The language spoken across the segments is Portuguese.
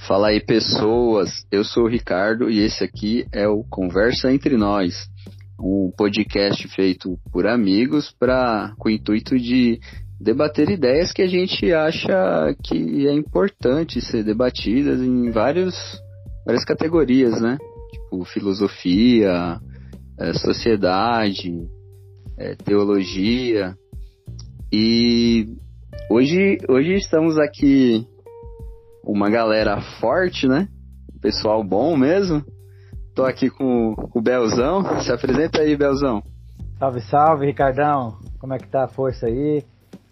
Fala aí, pessoas. Eu sou o Ricardo e esse aqui é o Conversa Entre Nós, um podcast feito por amigos com o intuito de debater ideias que a gente acha que é importante ser debatidas em várias categorias, né? Tipo filosofia, sociedade, teologia. E hoje estamos aqui uma galera forte, né? Pessoal bom mesmo. Tô aqui com o Belzão. Se apresenta aí, Belzão. Salve, salve, Ricardão. Como é que tá a força aí?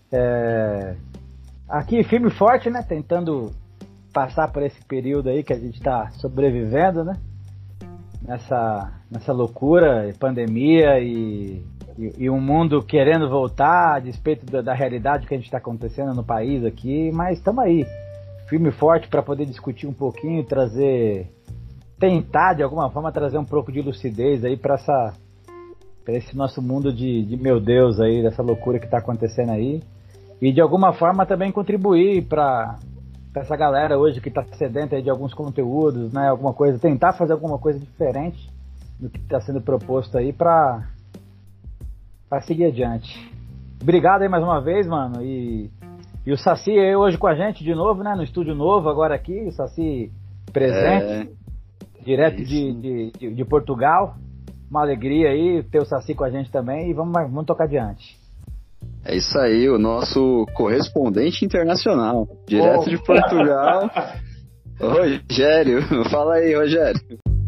Aqui, firme e forte, né? Tentando passar por esse período aí que a gente tá sobrevivendo, né? Nessa loucura, pandemia e um mundo querendo voltar a despeito da realidade que a gente tá acontecendo no país aqui, mas estamos aí. Firme e forte para poder discutir um pouquinho, tentar de alguma forma trazer um pouco de lucidez aí para esse nosso mundo de meu Deus aí, dessa loucura que está acontecendo aí, e de alguma forma também contribuir para essa galera hoje que está sedenta aí de alguns conteúdos, né, alguma coisa, tentar fazer alguma coisa diferente do que está sendo proposto aí para seguir adiante. Obrigado aí mais uma vez, mano, e o Saci aí hoje com a gente de novo, né? No estúdio novo agora aqui, o Saci presente, direto de Portugal. Uma alegria aí ter o Saci com a gente também e vamos tocar adiante. É isso aí, o nosso correspondente internacional, direto de Portugal. Rogério, fala aí, Rogério.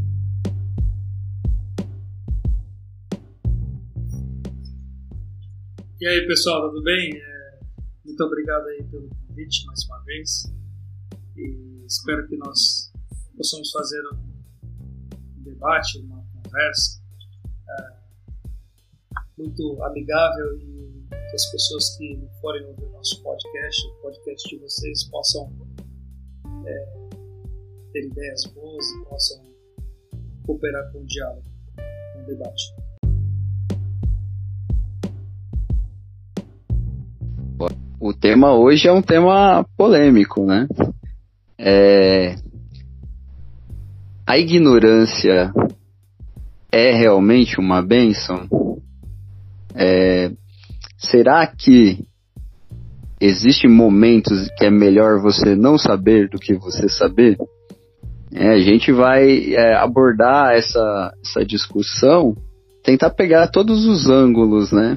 E aí, pessoal, tudo bem? Muito obrigado aí pelo convite mais uma vez e espero que nós possamos fazer um debate, uma conversa muito amigável e que as pessoas que forem ouvir o nosso podcast, o podcast de vocês, possam ter ideias boas e possam cooperar com o diálogo, com o debate. O tema hoje é um tema polêmico, né? A ignorância é realmente uma bênção? Será que existem momentos que é melhor você não saber do que você saber? A gente vai abordar essa discussão, tentar pegar todos os ângulos, né?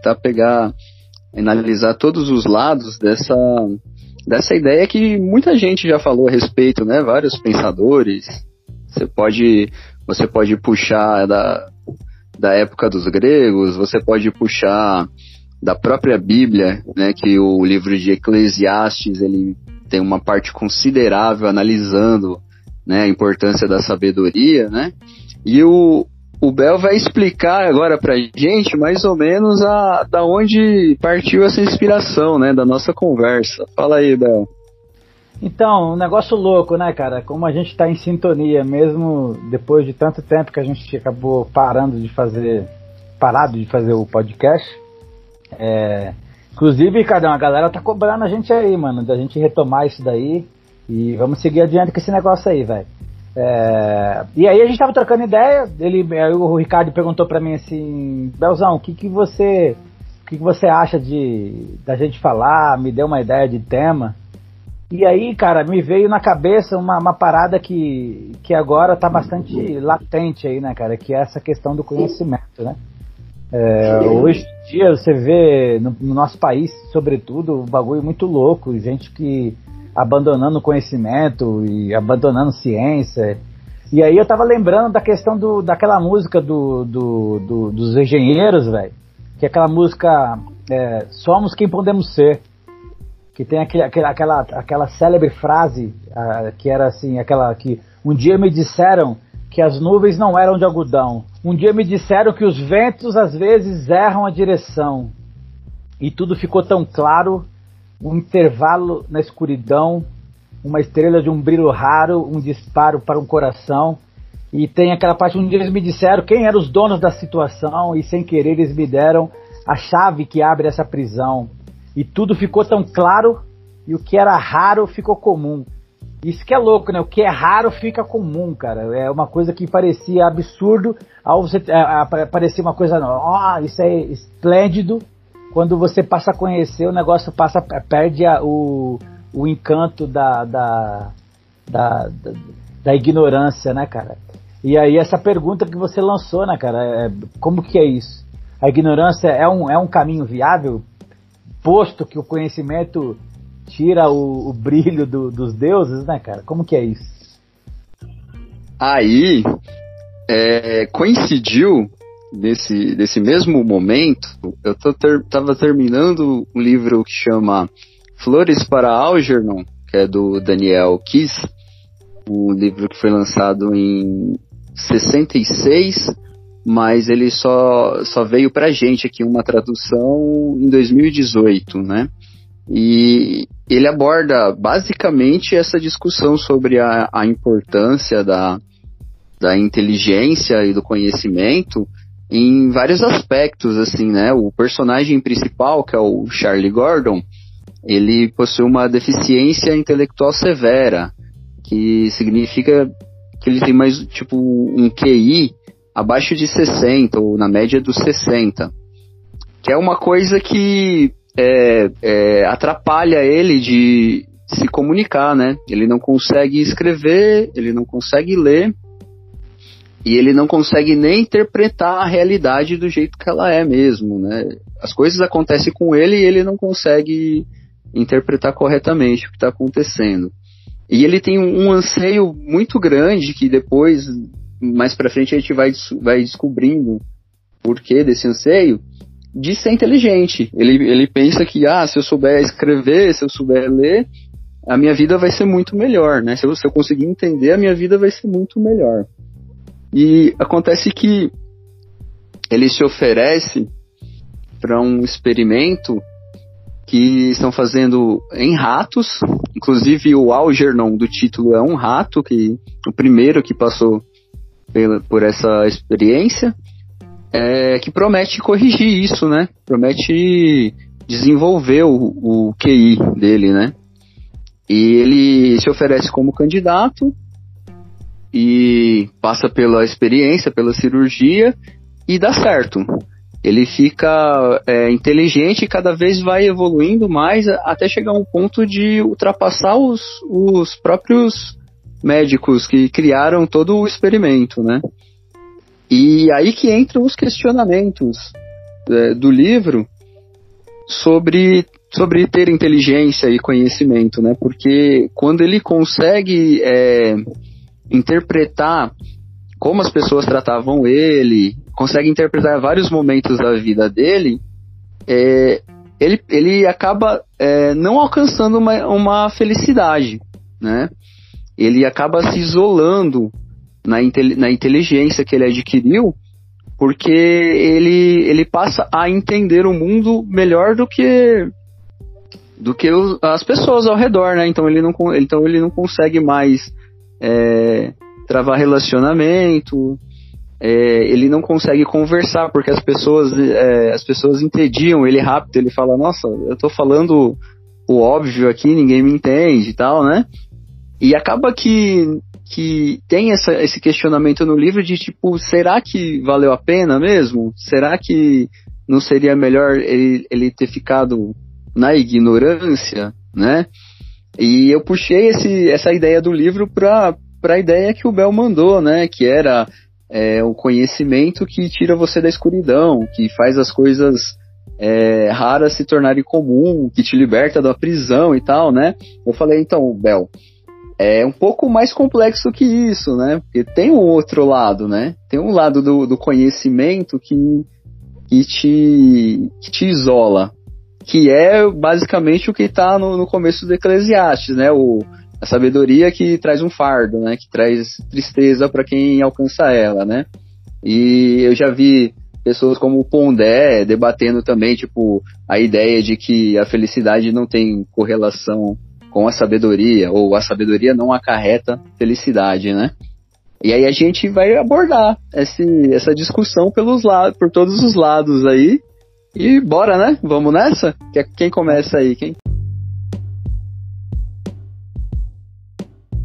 Analisar todos os lados dessa ideia que muita gente já falou a respeito, né? Vários pensadores. Você pode puxar da época dos gregos, você pode puxar da própria Bíblia, né? Que o livro de Eclesiastes, ele tem uma parte considerável analisando, né, a importância da sabedoria, né? E o Bel vai explicar agora pra gente mais ou menos da onde partiu essa inspiração, né, da nossa conversa. Fala aí, Bel. Então, um negócio louco, né, cara? Como a gente tá em sintonia, mesmo depois de tanto tempo que a gente acabou parado de fazer o podcast. Inclusive, Ricardão, a galera tá cobrando a gente aí, mano, da gente retomar isso daí e vamos seguir adiante com esse negócio aí, velho. E aí a gente tava trocando ideia, o Ricardo perguntou pra mim assim, Belzão, o que você acha da gente falar, me deu uma ideia de tema, e aí, cara, me veio na cabeça uma parada que agora tá bastante latente aí, né, cara, que é essa questão do conhecimento, né? Hoje em dia você vê no nosso país, sobretudo, um bagulho muito louco, gente que abandonando o conhecimento e abandonando ciência. E aí eu tava lembrando da questão daquela música dos engenheiros, velho, que é aquela música Somos Quem Podemos Ser, que tem aquela célebre frase que era assim, aquela que um dia me disseram que as nuvens não eram de algodão, um dia me disseram que os ventos às vezes erram a direção, e tudo ficou tão claro. Um intervalo na escuridão, uma estrela de um brilho raro, um disparo para um coração. E tem aquela parte onde eles me disseram quem eram os donos da situação e sem querer eles me deram a chave que abre essa prisão. E tudo ficou tão claro e o que era raro ficou comum. Isso que é louco, né? O que é raro fica comum, cara. É uma coisa que parecia absurdo, ao você parecia uma coisa, isso é esplêndido. Quando você passa a conhecer, o negócio perde o encanto da ignorância, né, cara? E aí essa pergunta que você lançou, né, cara? Como que é isso? A ignorância é um caminho viável, posto que o conhecimento tira o brilho dos deuses, né, cara? Como que é isso? Aí, coincidiu nesse mesmo momento, eu tava terminando um livro que chama Flores para Algernon, que é do Daniel Kiss, um livro que foi lançado em 66, mas ele só veio pra gente aqui uma tradução em 2018, né? E ele aborda basicamente essa discussão sobre a importância da inteligência e do conhecimento em vários aspectos, assim, né? O personagem principal, que é o Charlie Gordon, ele possui uma deficiência intelectual severa, que significa que ele tem mais, tipo, um QI abaixo de 60, ou na média dos 60, que é uma coisa que atrapalha ele de se comunicar, né? Ele não consegue escrever, ele não consegue ler, e ele não consegue nem interpretar a realidade do jeito que ela é mesmo, né? As coisas acontecem com ele e ele não consegue interpretar corretamente o que está acontecendo. E ele tem um anseio muito grande que depois, mais pra frente, a gente vai descobrindo o porquê desse anseio, de ser inteligente. Ele pensa que, se eu souber escrever, se eu souber ler, a minha vida vai ser muito melhor, né? Se eu conseguir entender, a minha vida vai ser muito melhor. E acontece que ele se oferece para um experimento que estão fazendo em ratos. Inclusive o Algernon do título é um rato, o primeiro que passou por essa experiência, que promete corrigir isso, né? Promete desenvolver o QI dele, né? E ele se oferece como candidato e passa pela experiência, pela cirurgia, e dá certo. Ele fica inteligente e cada vez vai evoluindo mais até chegar a um ponto de ultrapassar os próprios médicos que criaram todo o experimento, né? E aí que entram os questionamentos do livro sobre ter inteligência e conhecimento, né? Porque quando ele consegue interpretar como as pessoas tratavam ele, consegue interpretar vários momentos da vida dele, ele acaba não alcançando uma felicidade, né? Ele acaba se isolando na inteligência que ele adquiriu, porque ele passa a entender o mundo melhor do que as pessoas ao redor, né? Então ele não consegue mais travar relacionamento, ele não consegue conversar, porque as pessoas entendiam ele rápido. Ele fala, nossa, eu tô falando o óbvio aqui, ninguém me entende e tal, né? E acaba que tem esse questionamento no livro de tipo, será que valeu a pena mesmo? Será que não seria melhor ele ter ficado na ignorância, né? E eu puxei essa ideia do livro para a ideia que o Bell mandou, né? Que era o conhecimento que tira você da escuridão, que faz as coisas raras se tornarem comum, que te liberta da prisão e tal, né? Eu falei, então, Bell, é um pouco mais complexo que isso, né? Porque tem um outro lado, né? Tem um lado do conhecimento que te isola, que é basicamente o que está no começo do Eclesiastes, né? A sabedoria que traz um fardo, né? Que traz tristeza para quem alcança ela, né? E eu já vi pessoas como o Pondé debatendo também, tipo, a ideia de que a felicidade não tem correlação com a sabedoria, ou a sabedoria não acarreta felicidade, né? E aí a gente vai abordar essa discussão por todos os lados aí, e bora, né? Vamos nessa? Quem começa aí? Quem?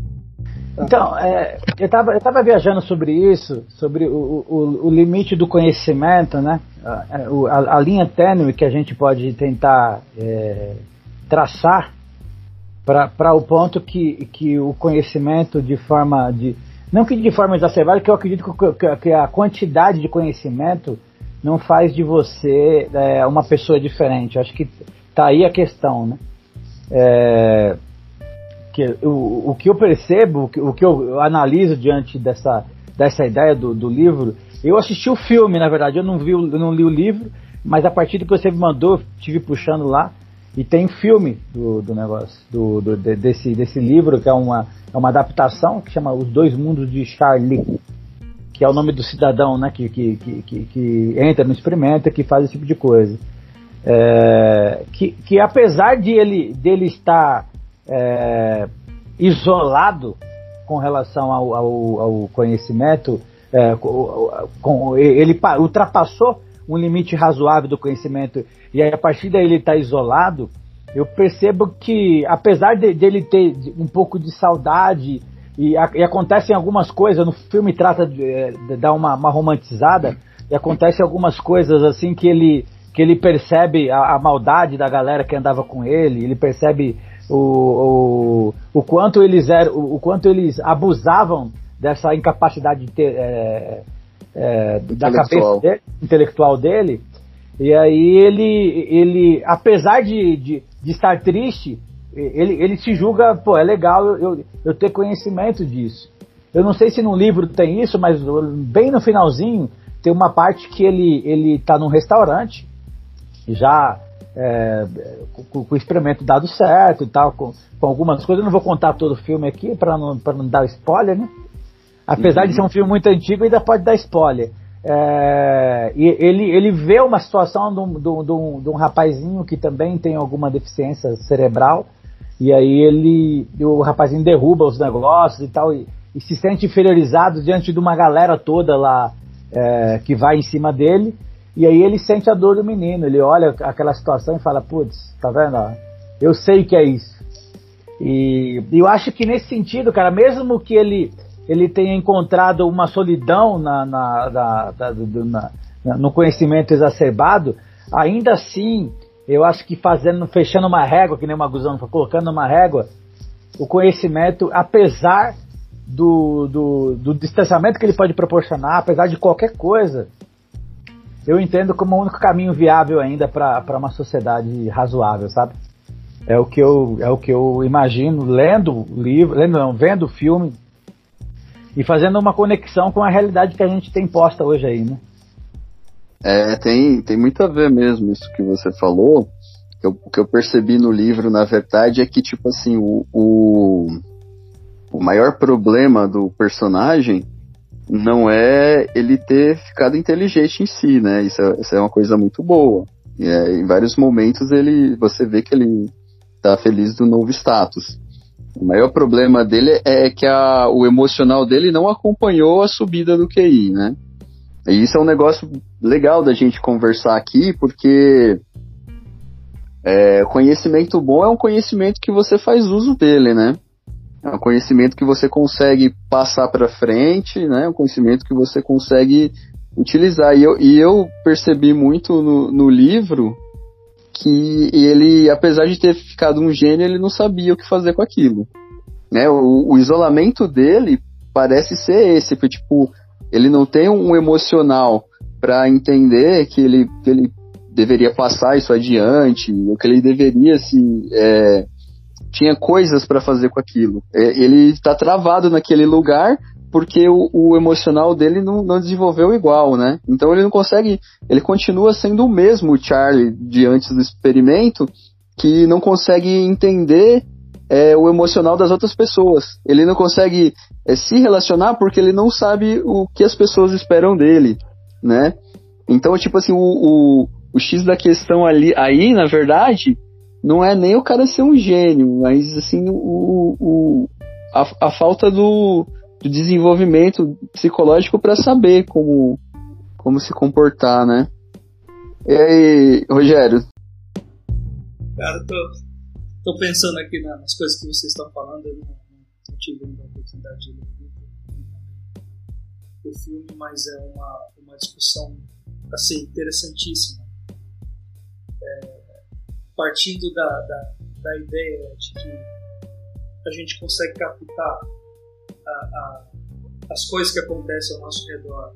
Então, eu tava viajando sobre isso, sobre o limite do conhecimento, né? A linha tênue que a gente pode tentar traçar para o ponto que o conhecimento de forma não que de forma exacerbada, que eu acredito que a quantidade de conhecimento não faz de você uma pessoa diferente. Eu acho que tá aí a questão, né? O que eu percebo, o que eu analiso diante dessa ideia do livro, eu assisti o filme, na verdade, eu não li o livro, mas a partir do que você me mandou, eu estive puxando lá, e tem filme do negócio, desse livro, que é uma adaptação, que chama Os Dois Mundos de Charlie, que é o nome do cidadão, né, que entra no experimento, que faz esse tipo de coisa. Que apesar dele estar isolado com relação ao conhecimento, ele ultrapassou um limite razoável do conhecimento, e aí a partir daí ele está isolado. Eu percebo que apesar dele ter um pouco de saudade, e acontecem algumas coisas, no filme trata de dar uma romantizada, e acontecem algumas coisas assim que ele percebe a maldade da galera que andava com ele percebe o quanto eles abusavam dessa incapacidade de ter da cabeça dele, intelectual dele. E aí ele apesar de estar triste, ele se julga, pô, é legal eu ter conhecimento disso. Eu não sei se no livro tem isso, mas bem no finalzinho tem uma parte que ele tá num restaurante, já com o experimento dado certo e tal, com algumas coisas. Eu não vou contar todo o filme aqui para não dar spoiler, né? Apesar de ser um filme muito antigo, ainda pode dar spoiler. E ele vê uma situação de um rapazinho que também tem alguma deficiência cerebral, e aí o rapazinho derruba os negócios e tal, e se sente inferiorizado diante de uma galera toda lá que vai em cima dele. E aí ele sente a dor do menino, ele olha aquela situação e fala, putz, tá vendo? Eu sei que é isso. E eu acho que nesse sentido, cara, mesmo que ele tenha encontrado uma solidão no conhecimento exacerbado, ainda assim, eu acho que fechando uma régua, que nem o Maguzão foi colocando uma régua, o conhecimento, apesar do distanciamento que ele pode proporcionar, apesar de qualquer coisa, eu entendo como o único caminho viável ainda para uma sociedade razoável, sabe? É o que eu imagino lendo o livro, vendo o filme e fazendo uma conexão com a realidade que a gente tem posta hoje aí, né? Tem muito a ver mesmo isso que você falou. O que eu percebi no livro, na verdade, é que, tipo assim, o maior problema do personagem não é ele ter ficado inteligente em si, né? Isso é uma coisa muito boa. Em vários momentos você vê que ele tá feliz do novo status. O maior problema dele é que o emocional dele não acompanhou a subida do QI, né? E isso é um negócio legal da gente conversar aqui, porque conhecimento bom é um conhecimento que você faz uso dele, né? É um conhecimento que você consegue passar para frente, né? É um conhecimento que você consegue utilizar. E eu percebi muito no livro que ele, apesar de ter ficado um gênio, ele não sabia o que fazer com aquilo, né? O isolamento dele parece ser esse, porque, tipo, ele não tem um emocional para entender que ele deveria passar isso adiante, ou que ele deveria tinha coisas para fazer com aquilo. Ele está travado naquele lugar porque o emocional dele não desenvolveu igual, né? Então ele não consegue, ele continua sendo o mesmo Charlie de antes do experimento, que não consegue entender o emocional das outras pessoas. Ele não consegue se relacionar porque ele não sabe o que as pessoas esperam dele, né? Então, tipo assim, o X da questão aí, na verdade, não é nem o cara ser um gênio, mas assim, a falta do desenvolvimento psicológico para saber como se comportar, né? E aí, Rogério? Cara, tô pensando aqui nas coisas que vocês estão falando, eu não tive ainda a oportunidade de ler o livro e também o filme, mas é uma discussão assim, interessantíssima. Partindo da ideia de que a gente consegue captar as coisas que acontecem ao nosso redor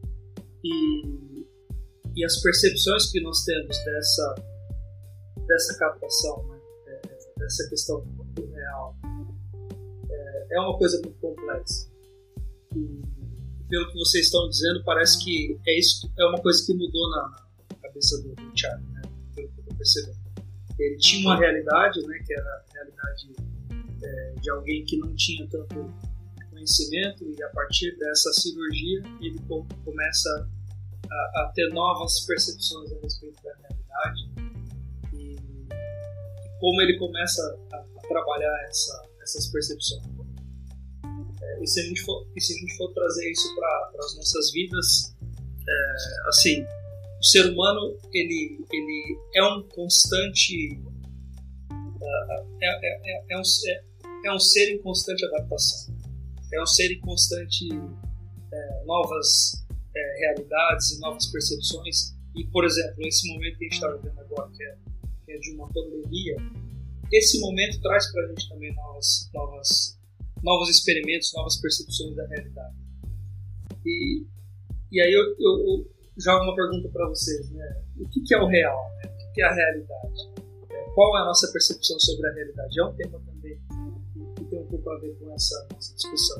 e as percepções que nós temos dessa captação, né? Dessa questão do real, é uma coisa muito complexa. E pelo que vocês estão dizendo, parece que é uma coisa que mudou na cabeça do Charlie, né? Pelo que eu estou percebendo. Ele tinha uma realidade, né? Que era a realidade de alguém que não tinha tanto conhecimento, e a partir dessa cirurgia ele começa a ter novas percepções a respeito da realidade e como ele começa a trabalhar essas percepções. E se a gente for trazer isso para as nossas vidas, assim, o ser humano ele é um constante é um ser em constante adaptação, é um ser em constante novas realidades e novas percepções. E, por exemplo, esse momento que a gente está vivendo agora, que é de uma pandemia, esse momento traz para a gente também novos experimentos, novas percepções da realidade. E aí eu jogo uma pergunta para vocês, né? O que é o real, né? O que é a realidade? Qual é a nossa percepção sobre a realidade? É um tema também que tem um pouco a ver com essa nossa discussão.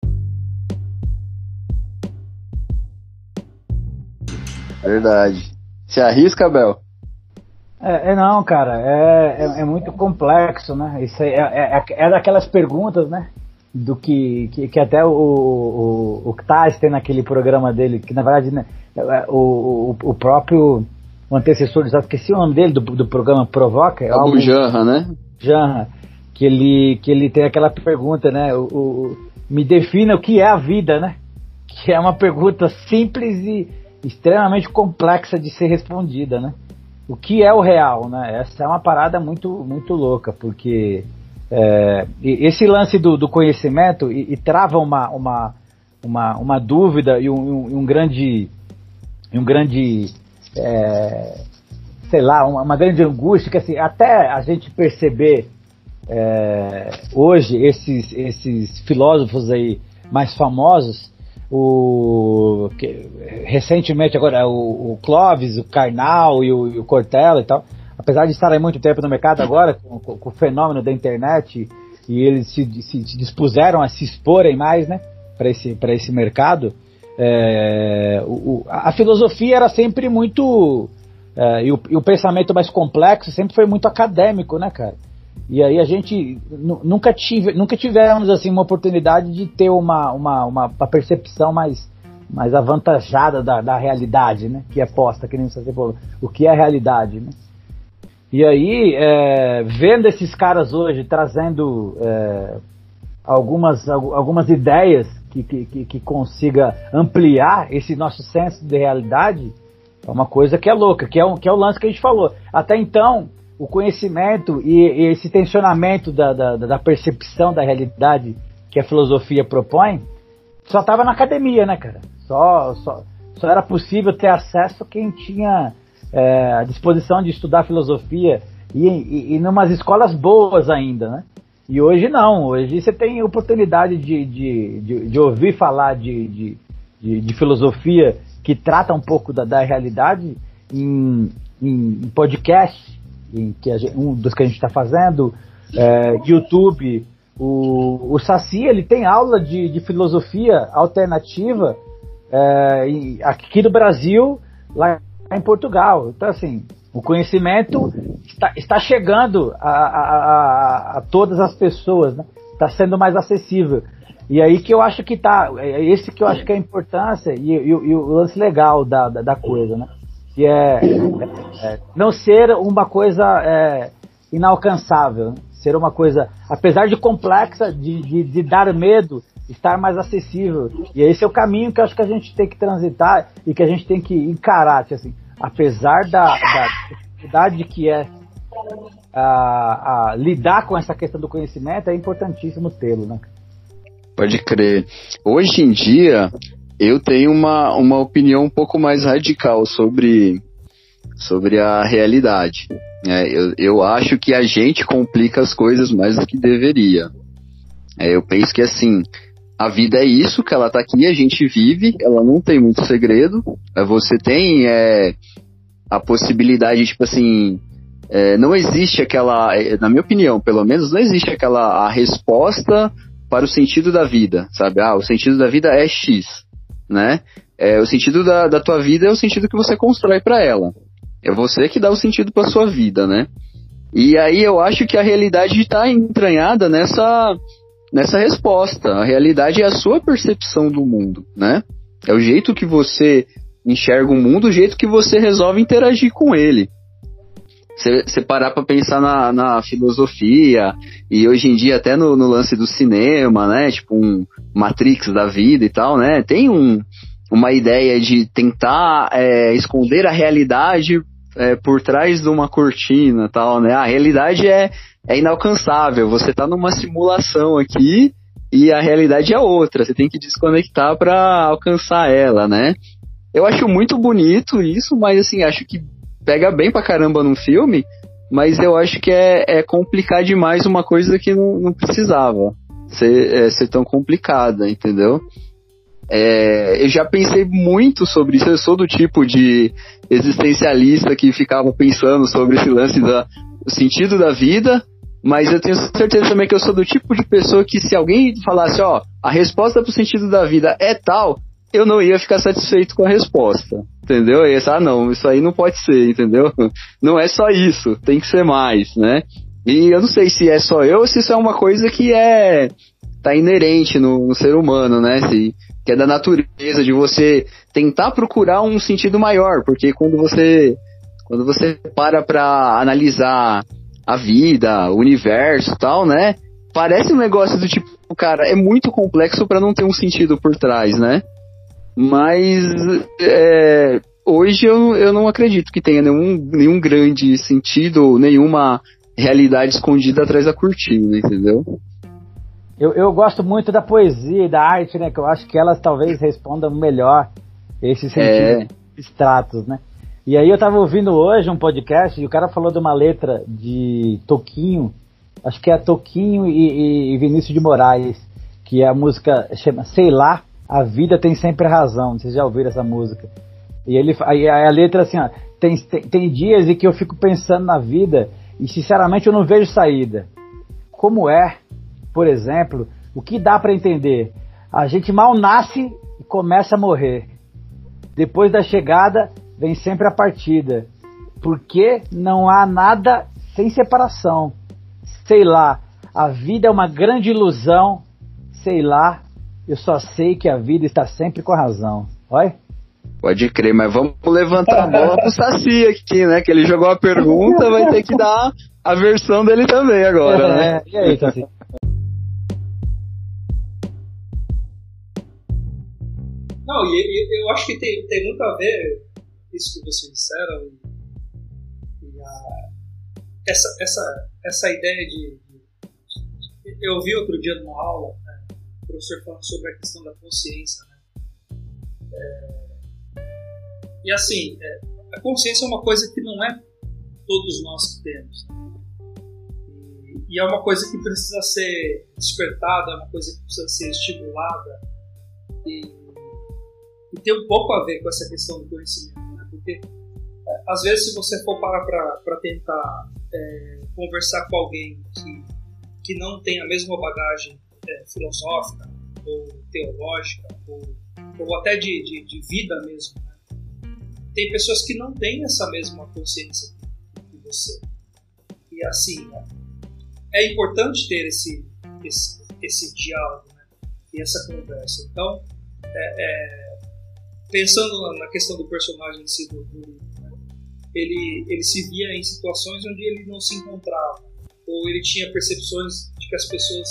Verdade. Se arrisca, Bel? Não, cara, é muito complexo, né? Isso é daquelas perguntas, né? Do que até o Tais tem naquele programa dele, que na verdade, né, o próprio antecessor, já esqueci o nome dele, do programa Provoca. É o Janra, né? Janra, que ele tem aquela pergunta, né? Me defina o que é a vida, né? Que é uma pergunta simples e extremamente complexa de ser respondida, né? O que é o real, né? Essa é uma parada muito, muito louca, porque esse lance do conhecimento e trava uma dúvida e um grande sei lá, uma grande angústia, que assim, até a gente perceber hoje esses filósofos aí mais famosos, recentemente agora o Clóvis, o Karnal e o Cortella e tal, apesar de estarem muito tempo no mercado agora com o fenômeno da internet, e eles se dispuseram a se exporem mais, né, para esse mercado, a filosofia era sempre muito e o pensamento mais complexo sempre foi muito acadêmico, né, cara? E aí a gente nunca tivemos assim uma oportunidade de ter uma percepção mais avantajada da realidade, né? Que é posta, que nem você falou, o que é a realidade, né? E aí, vendo esses caras hoje trazendo algumas ideias que consiga ampliar esse nosso senso de realidade, é uma coisa que é louca, que é o lance que a gente falou. Até então, o conhecimento e esse tensionamento da percepção da realidade que a filosofia propõe só estava na academia, né, cara? Só era possível ter acesso quem tinha a disposição de estudar filosofia e numas escolas boas ainda, né? E hoje não, hoje você tem oportunidade de ouvir falar de filosofia que trata um pouco da realidade em podcast, um dos que a gente está fazendo, YouTube. O Saci, ele tem aula de filosofia alternativa aqui no Brasil, lá em Portugal. Então, assim, o conhecimento está chegando a todas as pessoas, né? Está sendo mais acessível. E aí que eu acho que esse que eu acho que é a importância e o lance legal da coisa, né? Que não ser uma coisa inalcançável, né? Ser uma coisa, apesar de complexa, de dar medo, estar mais acessível. E esse é o caminho que eu acho que a gente tem que transitar e que a gente tem que encarar, assim, apesar da dificuldade que lidar com essa questão do conhecimento, é importantíssimo tê-lo, né? Pode crer. Hoje em dia, eu tenho uma opinião um pouco mais radical sobre a realidade. Eu acho que a gente complica as coisas mais do que deveria. Eu penso que, assim, a vida é isso, que ela tá aqui, a gente vive, ela não tem muito segredo. Você tem a possibilidade, tipo assim, não existe aquela, na minha opinião, pelo menos, não existe a resposta para o sentido da vida, sabe? O sentido da vida é X, né? O sentido da tua vida é o sentido que você constrói para ela. É você que dá o sentido para sua vida, né? E aí eu acho que a realidade está entranhada nessa resposta. A realidade é a sua percepção do mundo, né? É o jeito que você enxerga o mundo, o jeito que você resolve interagir com ele. Você parar para pensar na filosofia, e hoje em dia até no lance do cinema, né? Tipo um Matrix da vida e tal, né? Tem uma ideia de tentar esconder a realidade por trás de uma cortina, tal, né? A realidade é inalcançável. Você tá numa simulação aqui e a realidade é outra. Você tem que desconectar para alcançar ela, né? Eu acho muito bonito isso, mas assim, acho que pega bem pra caramba num filme, mas eu acho que é complicar demais uma coisa que não precisava ser tão complicada, entendeu? Eu já pensei muito sobre isso. Eu sou do tipo de existencialista que ficava pensando sobre esse lance do sentido da vida, mas eu tenho certeza também que eu sou do tipo de pessoa que, se alguém falasse, a resposta pro sentido da vida é tal, eu não ia ficar satisfeito com a resposta, entendeu? Eu ia pensar, não, isso aí não pode ser, entendeu? Não é só isso, tem que ser mais, né? E eu não sei se é só eu ou se isso é uma coisa que tá inerente no ser humano, né? Que é da natureza, de você tentar procurar um sentido maior, porque quando você para analisar a vida, o universo e tal, né? Parece um negócio do tipo, cara, é muito complexo para não ter um sentido por trás, né? Mas hoje eu não acredito que tenha nenhum grande sentido, nenhuma realidade escondida atrás da cortina, entendeu? Eu gosto muito da poesia e da arte, né? Que eu acho que elas talvez respondam melhor esses sentidos abstratos, né? E aí eu tava ouvindo hoje um podcast e o cara falou de uma letra de Toquinho, acho que é Toquinho e Vinícius de Moraes, que a música chama Sei Lá, a vida tem sempre razão. Vocês já ouviram essa música? E aí a letra assim, tem dias em que eu fico pensando na vida e sinceramente eu não vejo saída. Como por exemplo, o que dá para entender? A gente mal nasce e começa a morrer. Depois da chegada, vem sempre a partida. Porque não há nada sem separação. Sei lá, a vida é uma grande ilusão. Sei lá, eu só sei que a vida está sempre com a razão. Olha. Pode crer, mas vamos levantar a bola pro Saci aqui, né? Que ele jogou a pergunta, vai ter que dar a versão dele também agora, né? E aí, Saci? Não, e eu acho que tem muito a ver isso que vocês disseram e essa ideia de... Eu vi outro dia numa aula, o professor falando sobre a questão da consciência, né? E assim, a consciência é uma coisa que não é todos nós que temos, né? E é uma coisa que precisa ser despertada, é uma coisa que precisa ser estimulada e tem um pouco a ver com essa questão do conhecimento, né? Porque às vezes, se você for parar para tentar conversar com alguém que não tem a mesma bagagem filosófica ou teológica ou até de vida mesmo, né? Tem pessoas que não têm essa mesma consciência que você. E assim, né? É importante ter esse diálogo, né? E essa conversa. Então, pensando na questão do personagem em si do livro, né? Ele se via em situações onde ele não se encontrava, ou ele tinha percepções de que as pessoas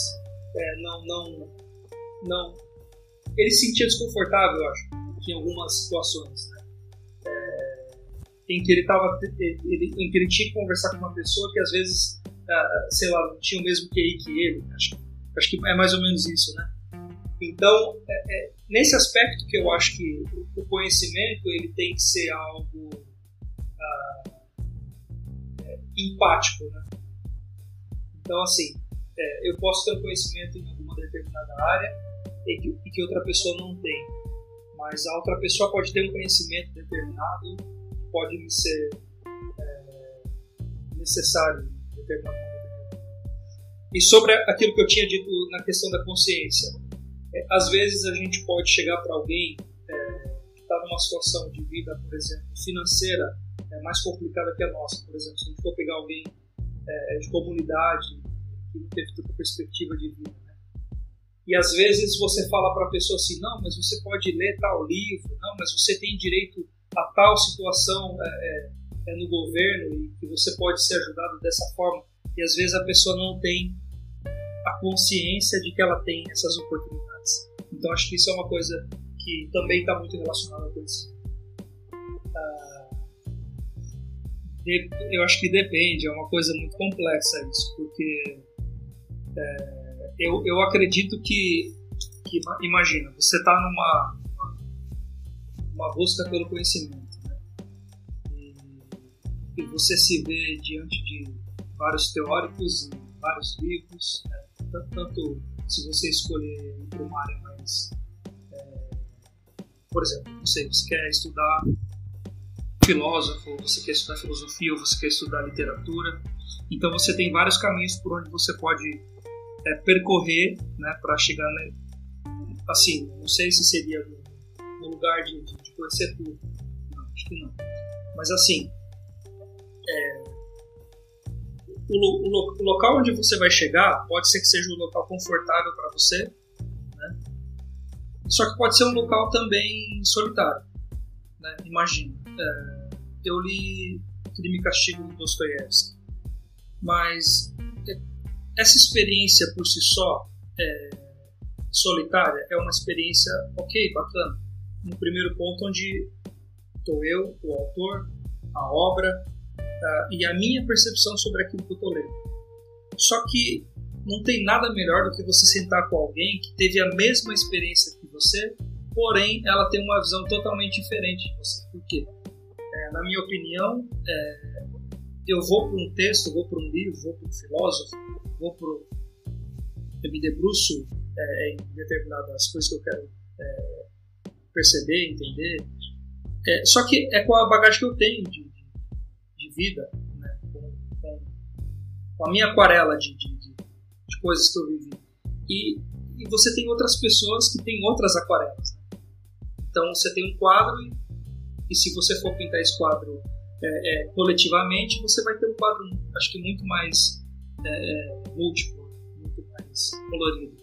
não ele se sentia desconfortável, eu acho, em algumas situações, né? Em que em que ele tinha que conversar com uma pessoa que às vezes sei lá, não tinha o mesmo QI que ele. Acho que é mais ou menos isso, né? Então, nesse aspecto que eu acho que o conhecimento ele tem que ser algo empático, né? Então, assim, eu posso ter um conhecimento em alguma determinada área e que outra pessoa não tem, mas a outra pessoa pode ter um conhecimento determinado que pode me ser necessário em determinado momento. E sobre aquilo que eu tinha dito na questão da consciência, às vezes a gente pode chegar para alguém que está numa situação de vida, por exemplo, financeira mais complicada que a nossa. Por exemplo, se a gente for pegar alguém de comunidade que não teve tanta perspectiva de vida, né? E às vezes você fala para a pessoa assim, não, mas você pode ler tal livro, não, mas você tem direito a tal situação no governo e que você pode ser ajudado dessa forma. E às vezes a pessoa não tem a consciência de que ela tem essas oportunidades. Então acho que isso é uma coisa que também está muito relacionada com isso. Eu acho que depende, é uma coisa muito complexa isso, porque eu acredito que imagina, você está numa busca pelo conhecimento, né? E você se vê diante de vários teóricos e vários livros, né? Tanto se você escolher ir para uma área mais, por exemplo, não sei, você quer estudar filósofo, você quer estudar filosofia ou você quer estudar literatura, então você tem vários caminhos por onde você pode percorrer, né, para chegar, assim, não sei se seria no lugar de conhecer tudo, não, acho que não, mas assim, o local onde você vai chegar pode ser que seja um local confortável para você, né? Só que pode ser um local também solitário, né? Imagina, eu li Crime e Castigo do Dostoiévski, mas essa experiência por si só solitária é uma experiência bacana, no primeiro ponto onde estou eu, o autor, a obra e a minha percepção sobre aquilo que eu estou lendo. Só que não tem nada melhor do que você sentar com alguém que teve a mesma experiência que você, porém ela tem uma visão totalmente diferente de você. Por quê? Na minha opinião, eu vou para um texto, vou para um livro, vou para um filósofo, eu me debruço em determinadas coisas que eu quero perceber, entender. Só que é com a bagagem que eu tenho de vida, né? Com a minha aquarela de coisas que eu vivi. E você tem outras pessoas que têm outras aquarelas, né? Então você tem um quadro e se você for pintar esse quadro coletivamente, você vai ter um quadro, acho que muito mais múltiplo, muito mais colorido.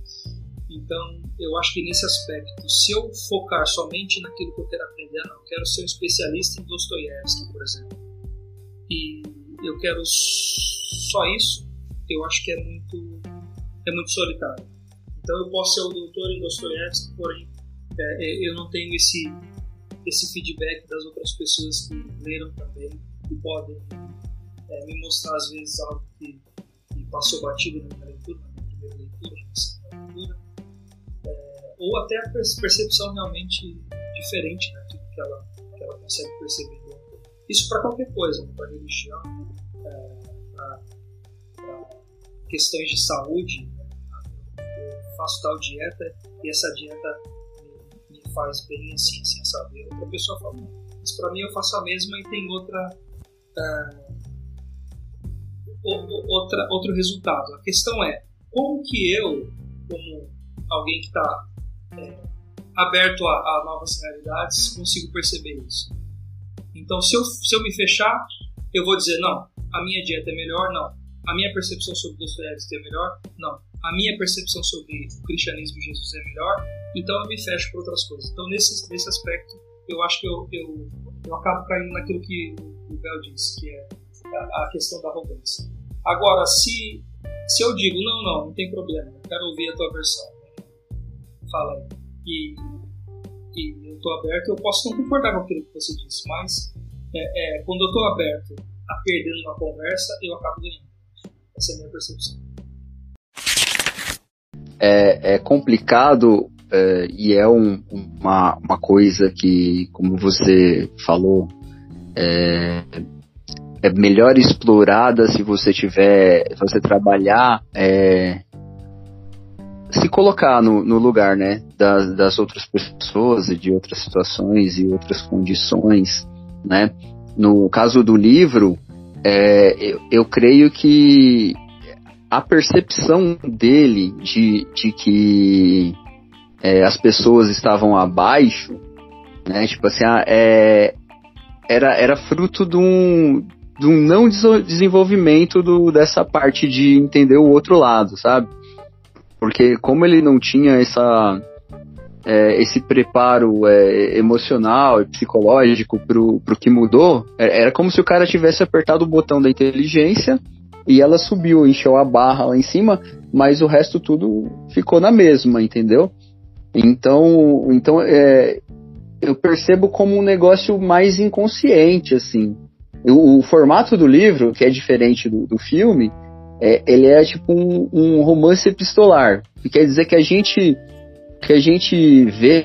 Então eu acho que nesse aspecto, se eu focar somente naquilo que eu quero aprender, não, eu quero ser um especialista em Dostoiévski, por exemplo, e eu quero só isso, eu acho que é muito solitário. Então eu posso ser o doutor em Dostoiévski, porém eu não tenho esse feedback das outras pessoas que leram também e podem me mostrar às vezes algo que passou batido na minha leitura, na minha primeira leitura, na segunda leitura, ou até a percepção realmente diferente daquilo que ela consegue perceber. Isso para qualquer coisa, para religião, para questões de saúde. Eu faço tal dieta e essa dieta me faz bem assim, sem saber. Outra pessoa fala, não, mas para mim eu faço a mesma e tem outro resultado. A questão é, como que eu, como alguém que está aberto a novas realidades, consigo perceber isso? Então, se eu me fechar, eu vou dizer, não, a minha dieta é melhor, não. A minha percepção sobre Dostoiévski é melhor, não. A minha percepção sobre o cristianismo e Jesus é melhor, então eu me fecho para outras coisas. Então, nesse aspecto, eu acho que eu acabo caindo naquilo que o Bel disse, que é a questão da arrogância. Agora, se eu digo, não tem problema, eu quero ouvir a tua versão, fala aí, e eu estou aberto, eu posso não concordar com aquilo que você disse, mas quando eu estou aberto a perder numa conversa, eu acabo ganhando. Essa é a minha percepção. é complicado e é uma coisa que, como você falou, é melhor explorada se você trabalhar, se colocar no lugar, né, das outras pessoas e de outras situações e outras condições, né. No caso do livro, eu creio que a percepção dele de que as pessoas estavam abaixo, né, tipo assim, era fruto de um não desenvolvimento dessa parte de entender o outro lado, sabe? Porque como ele não tinha esse preparo emocional e psicológico pro que mudou, era como se o cara tivesse apertado o botão da inteligência e ela subiu, encheu a barra lá em cima, mas o resto tudo ficou na mesma, entendeu? Então eu percebo como um negócio mais inconsciente, assim. O formato do livro, que é diferente do filme, ele é tipo um romance epistolar, que quer dizer que a gente vê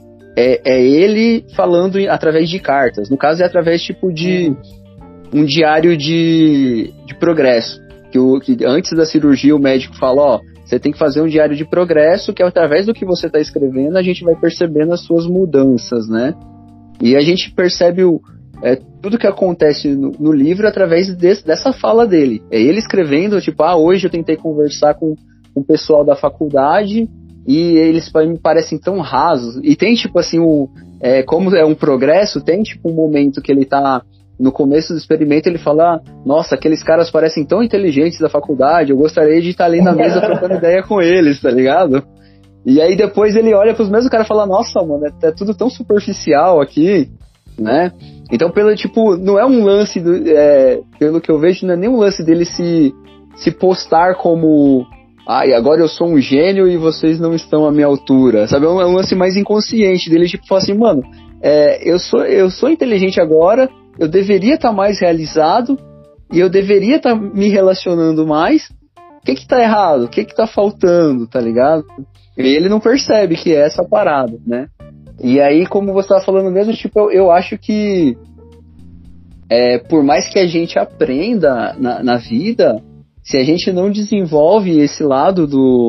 ele falando através de cartas. No caso, é através tipo de um diário de progresso, que antes da cirurgia o médico fala, você tem que fazer um diário de progresso, que através do que você está escrevendo a gente vai percebendo as suas mudanças, né? E a gente percebe tudo que acontece no livro através dessa fala dele. É ele escrevendo, tipo, hoje eu tentei conversar com o pessoal da faculdade e eles me parecem tão rasos. E tem, tipo assim, como é um progresso, tem, tipo, um momento que ele tá no começo do experimento, ele fala, nossa, aqueles caras parecem tão inteligentes da faculdade, eu gostaria de estar ali na mesa trocando ideia com eles, tá ligado? E aí depois ele olha pros mesmos caras e fala, nossa, mano, é tudo tão superficial aqui, né? Então, não é um lance, pelo que eu vejo, não é nem um lance dele se postar como, agora eu sou um gênio e vocês não estão à minha altura, sabe? É um lance mais inconsciente dele, tipo, falar assim, mano, eu sou inteligente agora, eu deveria estar mais realizado e eu deveria estar me relacionando mais. O que tá errado? O que tá faltando, tá ligado? E ele não percebe que é essa parada, né? E aí, como você tava falando mesmo, tipo, eu acho que por mais que a gente aprenda na vida, se a gente não desenvolve esse lado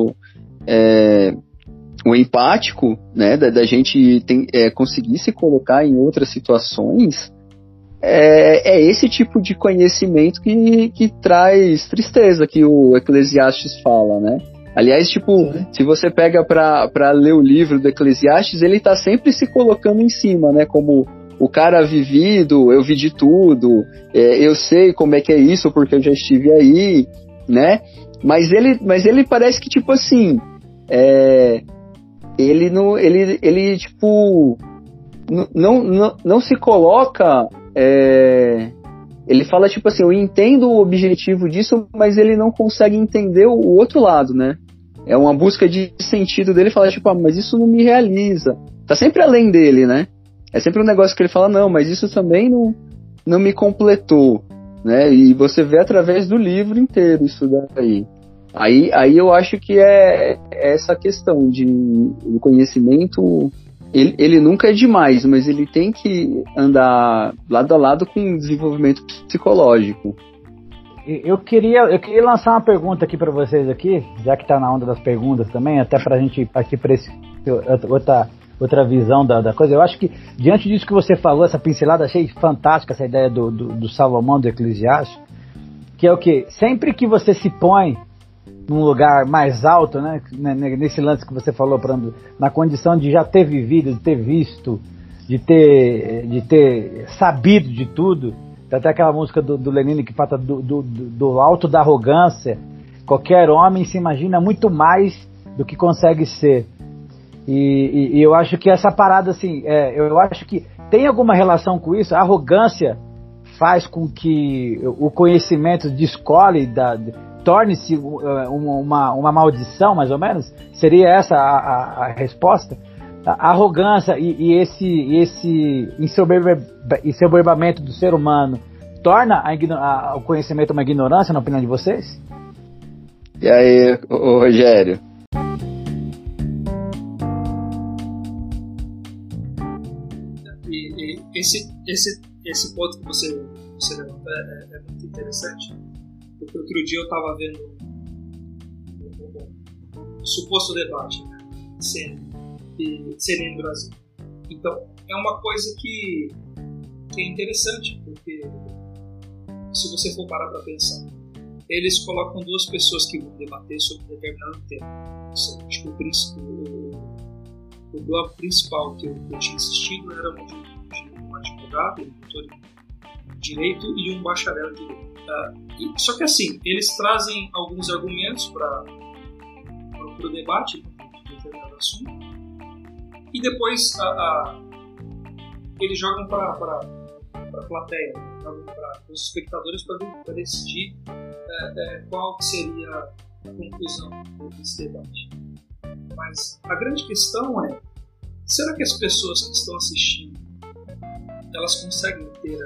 o empático, né, da gente conseguir se colocar em outras situações, esse tipo de conhecimento que traz tristeza, que o Eclesiastes fala, né? Aliás, tipo, se você pega pra ler o livro do Eclesiastes, ele tá sempre se colocando em cima, né? Como o cara vivido, eu vi de tudo, eu sei como é que é isso porque eu já estive aí, né? Mas ele parece que, tipo assim, ele tipo, não se coloca, ele fala tipo assim, eu entendo o objetivo disso, mas ele não consegue entender o outro lado, né? É uma busca de sentido dele, falar tipo, mas isso não me realiza. Tá sempre além dele, né? É sempre um negócio que ele fala, não, mas isso também não me completou, né? E você vê através do livro inteiro isso daí. Aí eu acho que é essa questão do conhecimento, ele nunca é demais, mas ele tem que andar lado a lado com o desenvolvimento psicológico. Eu queria lançar uma pergunta aqui para vocês aqui, já que tá na onda das perguntas também, até pra gente partir para outra visão da coisa. Eu acho que, diante disso que você falou, essa pincelada, achei fantástica essa ideia do Salomão, do Eclesiastes, que é o que? Sempre que você se põe num lugar mais alto, né, nesse lance que você falou, na condição de já ter vivido, de ter visto, de ter sabido de tudo, até aquela música do Lenine que fala do alto da arrogância, qualquer homem se imagina muito mais do que consegue ser. E eu acho que essa parada, assim, eu acho que tem alguma relação com isso. A arrogância faz com que o conhecimento descole, torne-se uma maldição, mais ou menos? Seria essa a resposta? A arrogância e esse ensoberbamento do ser humano torna o conhecimento uma ignorância, na opinião de vocês? E aí, Rogério? E esse ponto que você levanta é muito interessante, porque outro dia eu estava vendo o suposto debate, né, CNN no Brasil. Então, é uma coisa que é interessante, porque se você for parar para pensar, eles colocam duas pessoas que vão debater sobre um determinado tema. Acho que o bloco principal que eu tinha assistido era um advogado, um doutor em direito e um bacharel em direito. Só que assim, eles trazem alguns argumentos para o debate de determinado assunto e depois eles jogam para a plateia, jogam para os espectadores para decidir qual seria a conclusão desse debate. Mas a grande questão é, será que as pessoas que estão assistindo elas conseguem ter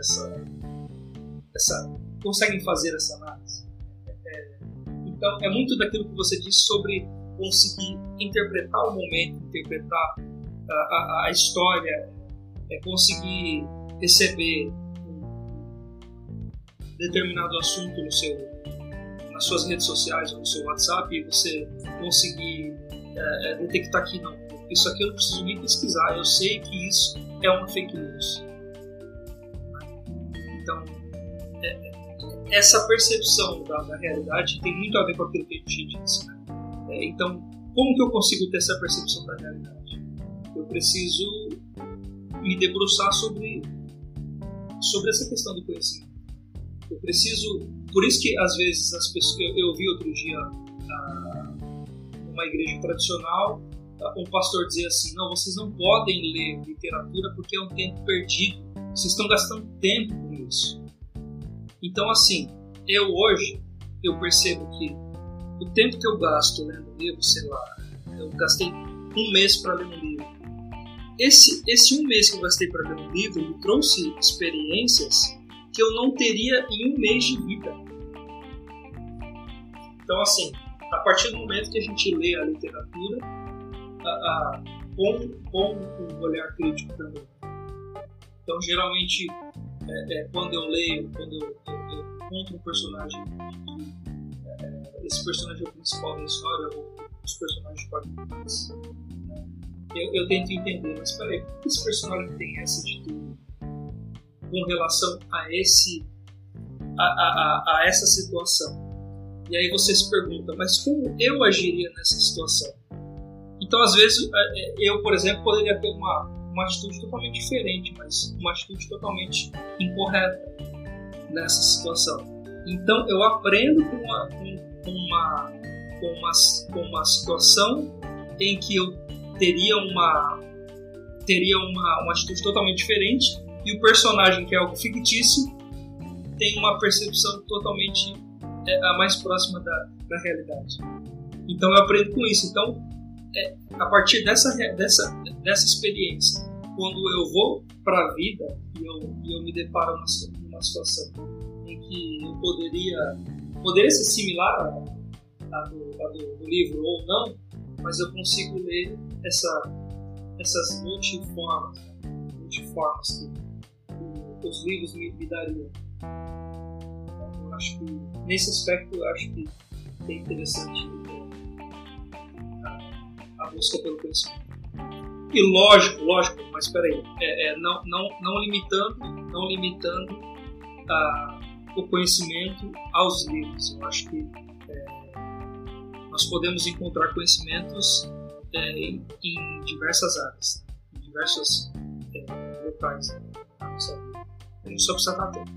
conseguem fazer essa análise? Então é muito daquilo que você disse sobre conseguir interpretar o momento, interpretar a história, conseguir receber um determinado assunto nas suas redes sociais ou no seu WhatsApp e você conseguir detectar que não, isso aqui eu não preciso nem pesquisar, eu sei que isso é uma fake news. Então, essa percepção da realidade tem muito a ver com aquilo que a gente disse, né? Então, como que eu consigo ter essa percepção da realidade? Eu preciso me debruçar sobre essa questão do conhecimento. Eu preciso, por isso que às vezes as pessoas, eu vi outro dia numa igreja tradicional um pastor dizer assim: não, vocês não podem ler literatura porque é um tempo perdido, vocês estão gastando tempo com isso. Então assim, hoje eu percebo que o tempo que eu gasto lendo livro, sei lá, eu gastei um mês para ler um livro. Esse um mês que eu gastei para ler um livro me trouxe experiências que eu não teria em um mês de vida. Então assim, a partir do momento que a gente lê a literatura com um olhar crítico também. Então geralmente quando eu leio, quando eu encontro um personagem esse personagem é o principal da história, ou os personagens podem mais, né? Eu tento entender, mas peraí, por que esse personagem tem essa atitude com relação a essa situação? E aí você se pergunta, mas como eu agiria nessa situação? Então às vezes eu, por exemplo, poderia ter uma atitude totalmente diferente, mas uma atitude totalmente incorreta nessa situação. Então eu aprendo com uma situação em que eu teria uma atitude totalmente diferente e o personagem, que é algo fictício, tem uma percepção totalmente a mais próxima da realidade. Então eu aprendo com isso. Então a partir dessa experiência, quando eu vou para a vida e eu me deparo numa situação em que eu poderia ser similar a do livro ou não, mas eu consigo ler essas multiformas que os livros me dariam. Então, eu acho que nesse aspecto é interessante a busca pelo conhecimento. E lógico, mas peraí, não limitando o conhecimento aos livros. Eu acho que nós podemos encontrar conhecimentos em diversas áreas, em diversos locais da nossa vida. A gente só precisa estar atento.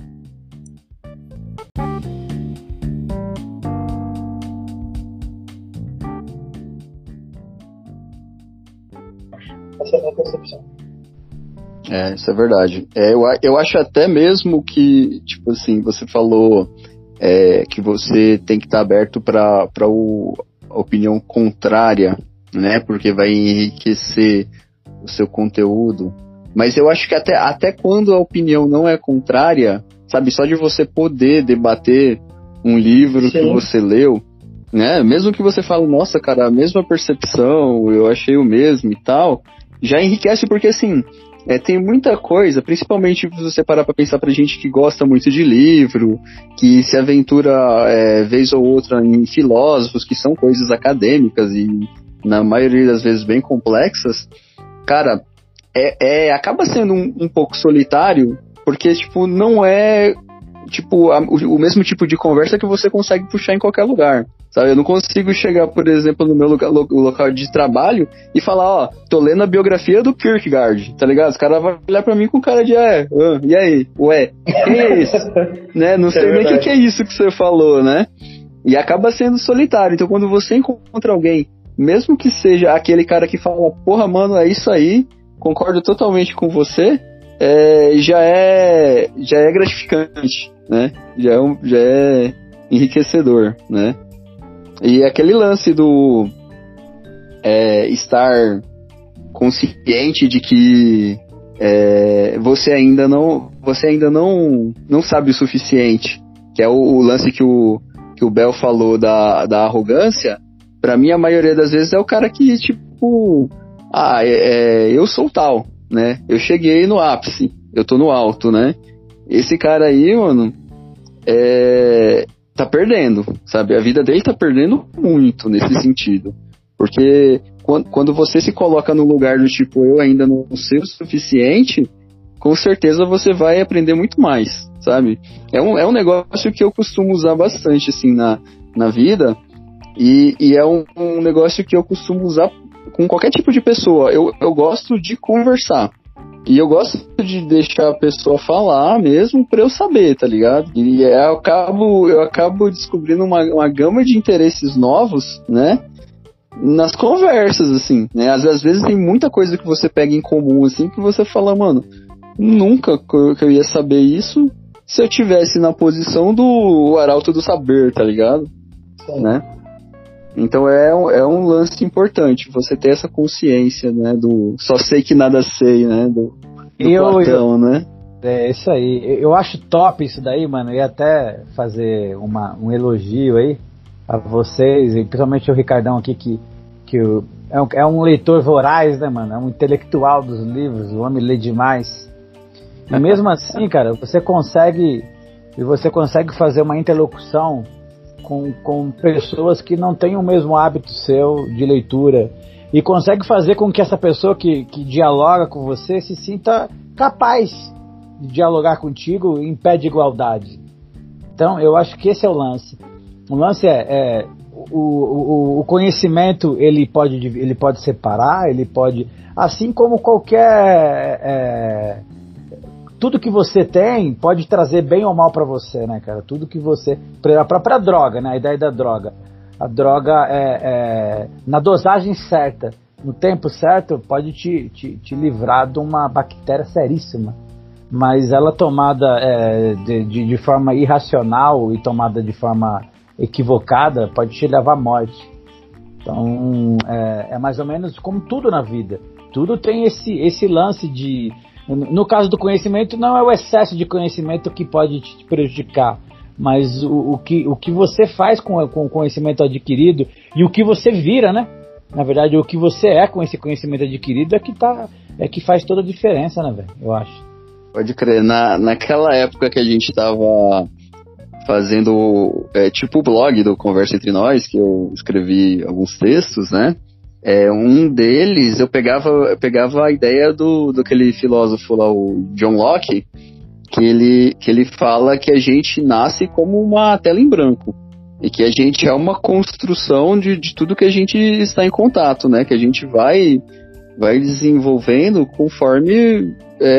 Essa é a minha percepção. Isso é verdade. Eu acho até mesmo que, tipo assim, você falou que você tem que estar aberto para a opinião contrária, né? Porque vai enriquecer o seu conteúdo. Mas eu acho que até quando a opinião não é contrária, sabe? Só de você poder debater um livro que você leu, né? Mesmo que você fale, nossa, cara, a mesma percepção, eu achei o mesmo e tal, já enriquece, porque assim, tem muita coisa, principalmente se você parar pra pensar pra gente que gosta muito de livro, que se aventura vez ou outra em filósofos, que são coisas acadêmicas e na maioria das vezes bem complexas, cara, acaba sendo um pouco solitário, porque, tipo, não é tipo o mesmo tipo de conversa que você consegue puxar em qualquer lugar. Sabe, eu não consigo chegar, por exemplo, no meu local de trabalho e falar, ó, tô lendo a biografia do Kierkegaard, tá ligado? Os caras vão olhar pra mim com cara de, e aí? Ué, quem é esse? Né? Não sei nem o que é isso que você falou, né? E acaba sendo solitário. Então, quando você encontra alguém, mesmo que seja aquele cara que fala, porra, mano, é isso aí, concordo totalmente com você, já é gratificante, né? Já é enriquecedor, né? E aquele lance do estar consciente de que você ainda não sabe o suficiente, que é o lance que o Bel falou da arrogância. Pra mim, a maioria das vezes é o cara que, tipo, eu sou tal, né? Eu cheguei no ápice, eu tô no alto, né? Esse cara aí, mano, tá perdendo, sabe? A vida dele tá perdendo muito nesse sentido. Porque quando você se coloca no lugar do tipo, eu ainda não sei o suficiente, com certeza você vai aprender muito mais, sabe? É um negócio que eu costumo usar bastante, assim, na vida, e é um negócio que eu costumo usar com qualquer tipo de pessoa. Eu gosto de conversar. E eu gosto de deixar a pessoa falar mesmo pra eu saber, tá ligado? E eu acabo descobrindo uma gama de interesses novos, né? Nas conversas, assim, né? Às vezes tem muita coisa que você pega em comum, assim, que você fala, mano, nunca que eu ia saber isso se eu tivesse na posição do Arauto do Saber, tá ligado? Sim. Né? Então é um lance importante, você ter essa consciência, né, do só sei que nada sei, né, do Platão, né? É isso aí, eu acho top isso daí, mano, eu ia até fazer um elogio aí a vocês, e principalmente o Ricardão aqui, que é um leitor voraz, né, mano, é um intelectual dos livros, o homem lê demais, e mesmo assim, cara, você consegue fazer uma interlocução com pessoas que não têm o mesmo hábito seu de leitura e consegue fazer com que essa pessoa que dialoga com você se sinta capaz de dialogar contigo em pé de igualdade. Então eu acho que esse é o lance. O lance o conhecimento ele pode separar, ele pode, assim como qualquer tudo que você tem pode trazer bem ou mal pra você, né, cara? Tudo que você... A própria droga, né? A ideia da droga. A droga na dosagem certa, no tempo certo, pode te livrar de uma bactéria seríssima. Mas ela tomada de forma irracional e tomada de forma equivocada, pode te levar à morte. Então, é mais ou menos como tudo na vida. Tudo tem esse lance de... No caso do conhecimento, não é o excesso de conhecimento que pode te prejudicar, mas o que você faz com o conhecimento adquirido e o que você vira, né? Na verdade, o que você é com esse conhecimento adquirido é que faz toda a diferença, né, velho? Eu acho. Pode crer. Naquela época que a gente tava fazendo tipo o blog do Conversa Entre Nós, que eu escrevi alguns textos, né? Um deles, eu pegava a ideia do aquele filósofo lá, o John Locke, que ele fala que a gente nasce como uma tela em branco e que a gente é uma construção de tudo que a gente está em contato, né? Que a gente vai desenvolvendo conforme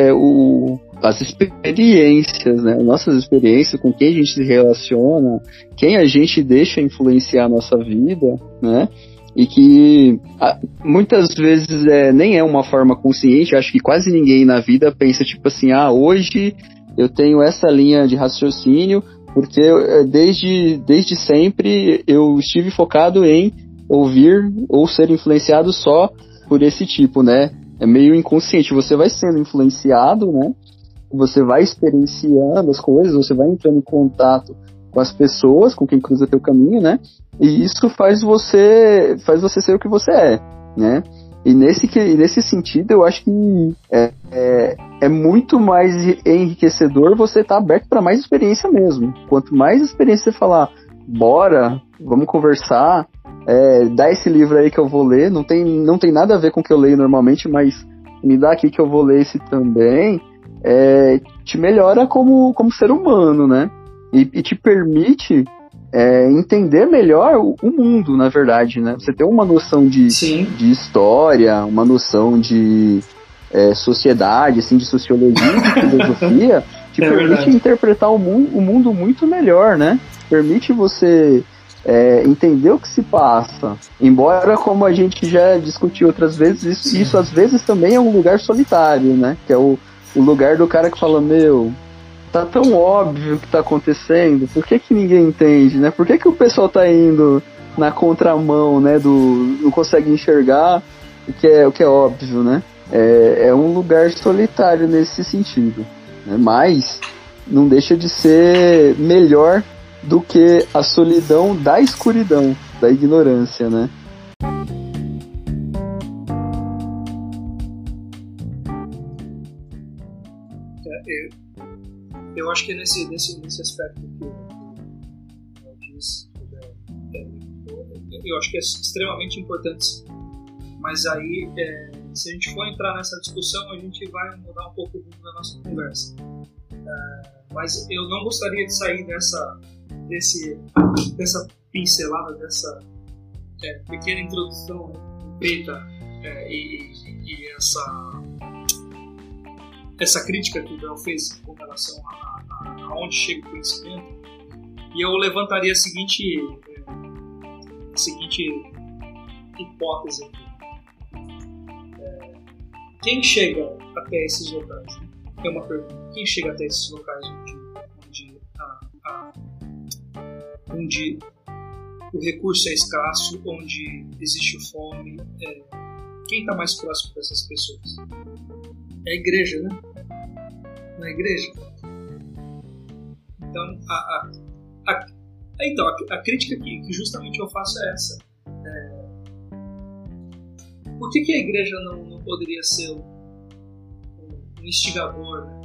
as experiências, né? Nossas experiências, com quem a gente se relaciona, quem a gente deixa influenciar a nossa vida, né? E que muitas vezes nem é uma forma consciente. Acho que quase ninguém na vida pensa tipo assim, hoje eu tenho essa linha de raciocínio porque desde sempre eu estive focado em ouvir ou ser influenciado só por esse tipo, né? É meio inconsciente, você vai sendo influenciado, né? Você vai experienciando as coisas, você vai entrando em contato com as pessoas, com quem cruza teu caminho, né? E isso faz você ser o que você é, né? E nesse sentido, eu acho que é muito mais enriquecedor você estar aberto para mais experiência mesmo. Quanto mais experiência você falar, bora, vamos conversar, dá esse livro aí que eu vou ler, não tem nada a ver com o que eu leio normalmente, mas me dá aqui que eu vou ler esse também, te melhora como ser humano, né? E te permite entender melhor o mundo, na verdade, né? Você tem uma noção de história, uma noção de sociedade, assim, de sociologia, de filosofia, te permite interpretar o mundo muito melhor, né? Permite você entender o que se passa. Embora, como a gente já discutiu outras vezes, isso às vezes também é um lugar solitário, né? Que é o lugar do cara que fala, meu, tá tão óbvio o que tá acontecendo, por que ninguém entende, né? Por que o pessoal tá indo na contramão, né? Não consegue enxergar o que é óbvio, né? É um lugar solitário nesse sentido, né? Mas não deixa de ser melhor do que a solidão da escuridão, da ignorância, né? Eu acho que nesse aspecto que eu disse, eu acho que é extremamente importante. Mas aí, se a gente for entrar nessa discussão, a gente vai mudar um pouco o rumo da nossa conversa. Mas eu não gostaria de sair dessa pincelada, dessa pequena introdução feita e essa crítica que o Bell fez com relação a onde chega o conhecimento, e eu levantaria a seguinte hipótese aqui. Quem chega até esses locais? É uma pergunta. Quem chega até esses locais onde o recurso é escasso, onde existe fome? Quem está mais próximo dessas pessoas? É a igreja, né? Não é a igreja? Então, a crítica que justamente eu faço é essa. Por que a igreja não poderia ser um instigador, né?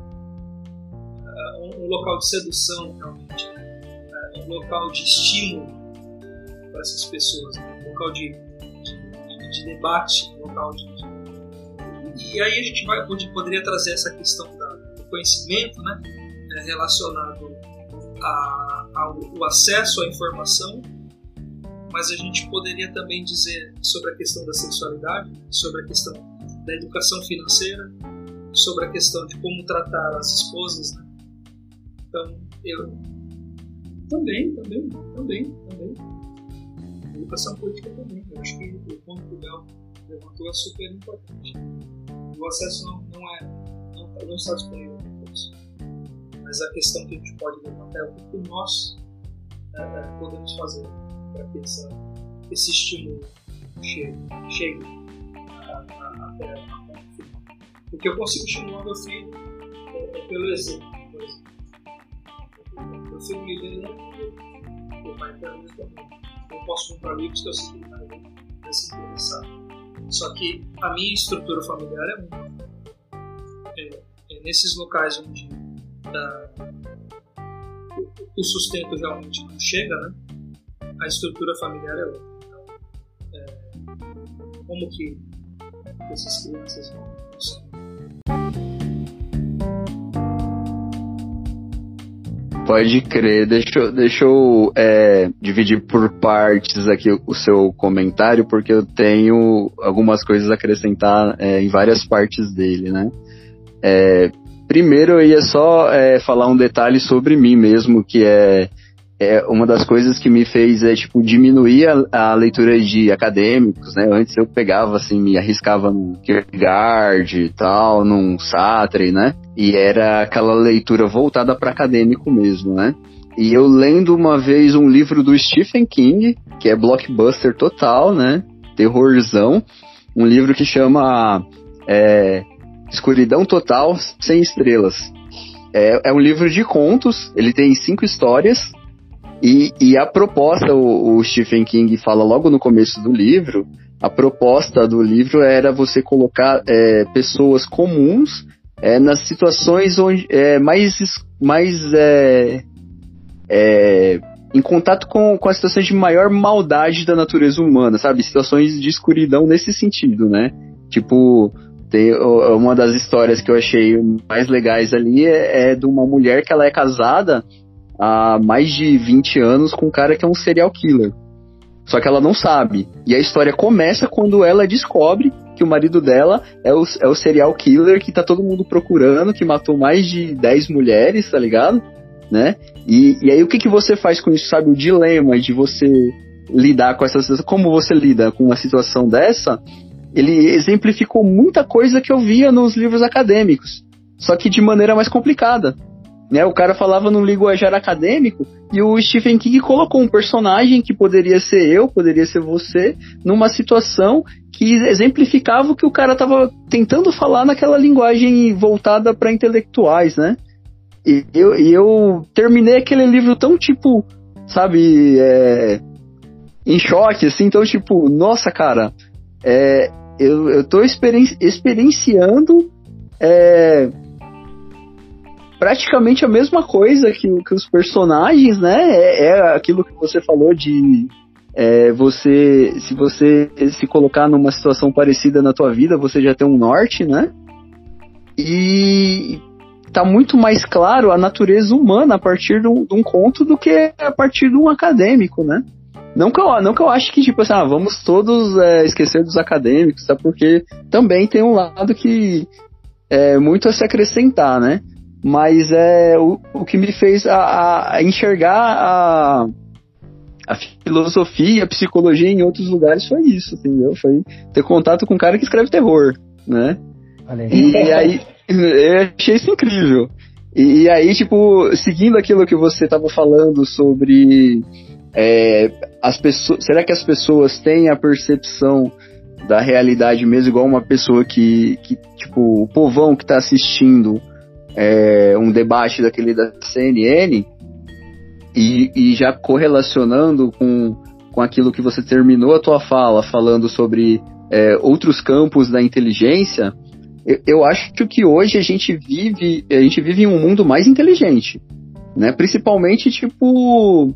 Um local de sedução, realmente, né? Um local de estímulo para essas pessoas, né? Um local de debate, um local E aí a gente poderia trazer essa questão do conhecimento, né? Relacionado ao acesso à informação, mas a gente poderia também dizer sobre a questão da sexualidade, sobre a questão da educação financeira, sobre a questão de como tratar as esposas, né? Então, eu também. Educação política também. Eu acho que o ponto que o Bel levantou é super importante. O acesso não está disponível para todos. Mas a questão que a gente pode levantar é o que nós podemos fazer para que esse estímulo chegue até a ponto final. Porque eu consigo estimular meu filho pelo exemplo. Por exemplo. Meu filho me vê lendo, meu pai quer ler também. Eu posso comprar livros que eu sei que ele vai se interessar. Só que a minha estrutura familiar é uma. Nesses locais onde o sustento realmente não chega, né? A estrutura familiar é outra. Então, como que essas crianças vão conseguir? Pode crer. Deixa eu dividir por partes aqui o seu comentário, porque eu tenho algumas coisas a acrescentar em várias partes dele, né? Primeiro eu ia só falar um detalhe sobre mim mesmo, que é uma das coisas que me fez diminuir a leitura de acadêmicos, né? Antes eu pegava, assim, me arriscava num Kierkegaard e tal, num Sartre, né? E era aquela leitura voltada para acadêmico mesmo, né? E eu lendo uma vez um livro do Stephen King, que é blockbuster total, né? Terrorzão. Um livro que chama Escuridão Total Sem Estrelas. É um livro de contos, ele tem 5 histórias. E a proposta, o Stephen King fala logo no começo do livro, a proposta do livro era você colocar pessoas comuns nas situações onde em contato com as situações de maior maldade da natureza humana, sabe? Situações de escuridão nesse sentido, né? Tipo, tem uma das histórias que eu achei mais legais ali é de uma mulher que ela é casada há mais de 20 anos com um cara que é um serial killer. Só que ela não sabe. E a história começa quando ela descobre que o marido dela é o serial killer que tá todo mundo procurando, que matou mais de 10 mulheres, tá ligado? Né? E aí o que você faz com isso, sabe? O dilema de você lidar com essa situação, como você lida com uma situação dessa, ele exemplificou muita coisa que eu via nos livros acadêmicos, só que de maneira mais complicada, né? O cara falava num linguajar acadêmico e o Stephen King colocou um personagem que poderia ser eu, poderia ser você, numa situação que exemplificava o que o cara estava tentando falar naquela linguagem voltada para intelectuais, né? E eu terminei aquele livro tão, tipo, sabe, em choque, assim, então, tipo, nossa, cara, eu tô experienciando praticamente a mesma coisa que os personagens, né? É aquilo que você falou de se você se colocar numa situação parecida na tua vida, você já tem um norte, né? E tá muito mais claro a natureza humana a partir de um conto do que a partir de um acadêmico, né? Não que eu acho que, tipo assim, vamos todos esquecer dos acadêmicos, tá? Porque também tem um lado que é muito a se acrescentar, né? Mas o que me fez a enxergar a filosofia, a psicologia em outros lugares foi isso, entendeu? Foi ter contato com um cara que escreve terror, né? E aí eu achei isso incrível. E aí, tipo, seguindo aquilo que você estava falando sobre as pessoas, será que as pessoas têm a percepção da realidade mesmo, igual uma pessoa que tipo, o povão que está assistindo um debate daquele da CNN e já correlacionando com aquilo que você terminou a tua fala, falando sobre outros campos da inteligência, eu acho que hoje a gente vive em um mundo mais inteligente, né? Principalmente, tipo,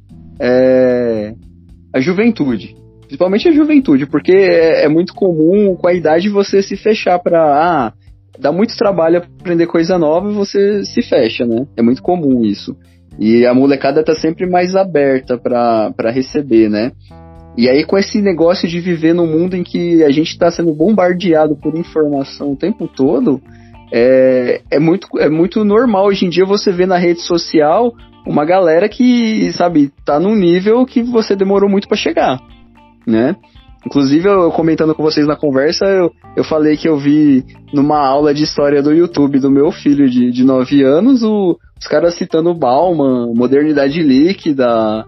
a juventude. Principalmente a juventude, porque é muito comum com a idade você se fechar para dá muito trabalho aprender coisa nova e você se fecha, né? É muito comum isso. E a molecada tá sempre mais aberta para receber, né? E aí, com esse negócio de viver num mundo em que a gente tá sendo bombardeado por informação o tempo todo, é muito normal hoje em dia você ver na rede social uma galera que, sabe, tá num nível que você demorou muito para chegar, né? Inclusive, eu comentando com vocês na conversa, eu falei que eu vi numa aula de história do YouTube do meu filho de 9 anos, os caras citando Bauman, modernidade líquida,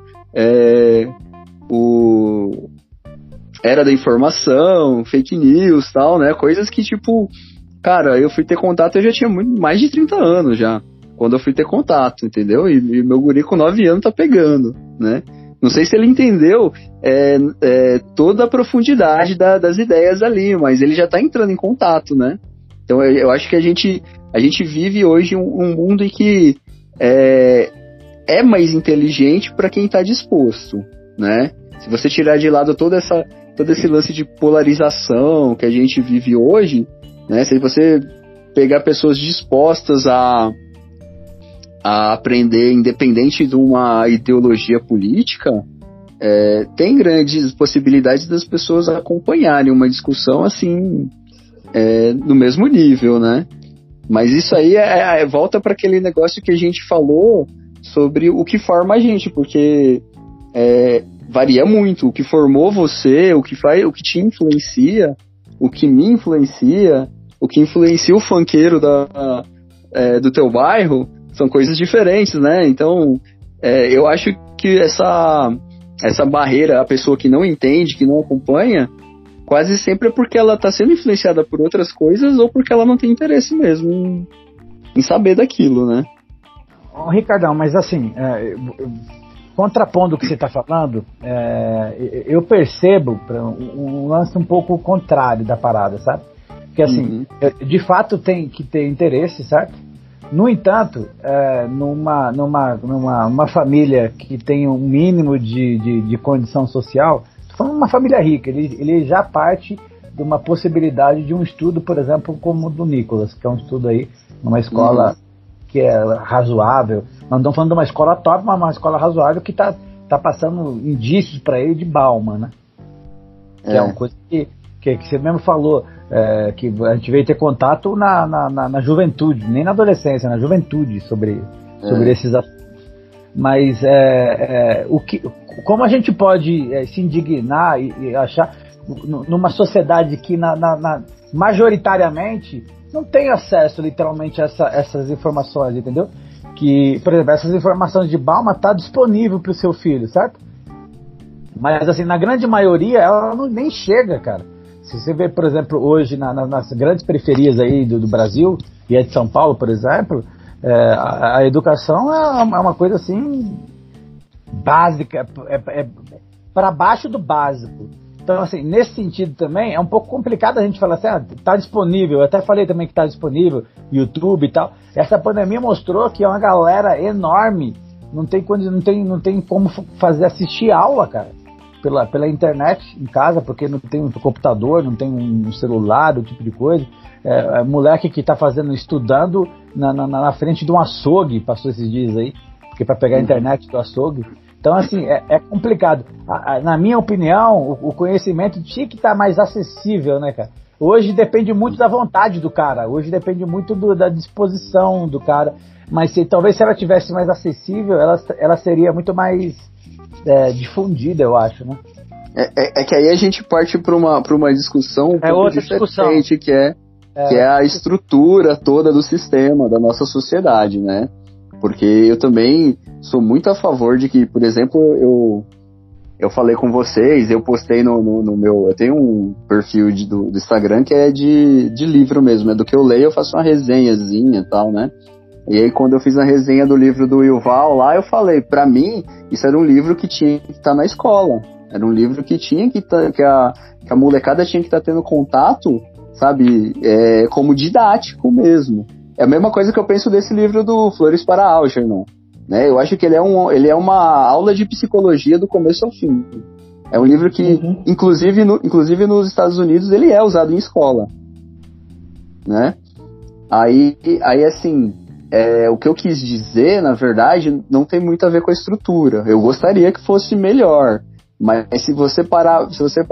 era da informação, fake news, tal, né? Coisas que, tipo, cara, eu fui ter contato, eu já tinha mais de 30 anos já, quando eu fui ter contato, entendeu? E meu guri com 9 anos tá pegando, né? Não sei se ele entendeu toda a profundidade das ideias ali, mas ele já tá entrando em contato, né? Então eu acho que a gente vive hoje um mundo em que é mais inteligente para quem tá disposto, né? Se você tirar de lado todo esse lance de polarização que a gente vive hoje, né? Se você pegar pessoas dispostas a aprender independente de uma ideologia política, tem grandes possibilidades das pessoas acompanharem uma discussão assim no mesmo nível, né? Mas isso aí volta para aquele negócio que a gente falou sobre o que forma a gente, porque varia muito. O que formou você, o que te influencia, o que me influencia, o que influencia o funkeiro do teu bairro, são coisas diferentes, né? Então, eu acho que essa barreira, a pessoa que não entende, que não acompanha, quase sempre é porque ela está sendo influenciada por outras coisas ou porque ela não tem interesse mesmo em saber daquilo, né? Ricardão, mas assim, contrapondo o que você está falando, eu percebo um lance um pouco contrário da parada, sabe? Porque assim, de fato tem que ter interesse, certo? No entanto, numa família que tem um mínimo de condição social, estou falando de uma família rica, ele já parte de uma possibilidade de um estudo, por exemplo, como o do Nicolas, que é um estudo aí numa escola que é razoável. Não estamos falando de uma escola top, mas uma escola razoável que está passando indícios para ele de Bauman, né? Que é uma coisa que você mesmo falou, que a gente veio ter contato na juventude, nem na adolescência, na juventude sobre esses assuntos. Mas como a gente pode se indignar e achar numa sociedade que majoritariamente não tem acesso literalmente a essas informações, entendeu? Que, por exemplo, essas informações de Bauman tá disponível para o seu filho, certo? Mas assim, na grande maioria ela nem chega, cara. Se você vê, por exemplo, hoje nas grandes periferias aí do Brasil, e a de São Paulo, por exemplo, a educação é uma coisa assim básica, para baixo do básico. Então, assim, nesse sentido também, é um pouco complicado a gente falar assim, tá disponível, eu até falei também que tá disponível, YouTube e tal. Essa pandemia mostrou que é uma galera enorme, não tem como assistir aula, cara, pela internet em casa, porque não tem um computador, não tem um celular, o tipo de coisa. Moleque que tá estudando na frente de um açougue, passou esses dias aí, porque para pegar a internet do açougue. Então, assim, é complicado. Na minha opinião, o conhecimento tinha que estar mais acessível, né, cara? Hoje depende muito da vontade do cara, hoje depende muito da disposição do cara, mas talvez se ela tivesse mais acessível, ela seria muito mais difundida, eu acho, né? Que aí a gente parte para uma discussão um pouco diferente, que é a estrutura toda do sistema, da nossa sociedade, né? Porque eu também sou muito a favor de que, por exemplo, eu falei com vocês, eu postei no meu... Eu tenho um perfil do Instagram que é de livro mesmo, do que eu leio eu faço uma resenhazinha e tal, né? E aí quando eu fiz a resenha do livro do Yuval lá, eu falei, pra mim, isso era um livro que tinha que estar na escola. Era um livro que tinha que a molecada tinha que estar tendo contato, sabe, como didático mesmo. É a mesma coisa que eu penso desse livro do Flores para Algernon, né? Eu acho que ele é uma aula de psicologia do começo ao fim. É um livro que, inclusive nos Estados Unidos, ele é usado em escola, né? Aí assim, o que eu quis dizer, na verdade, não tem muito a ver com a estrutura. Eu gostaria que fosse melhor, mas se você parar,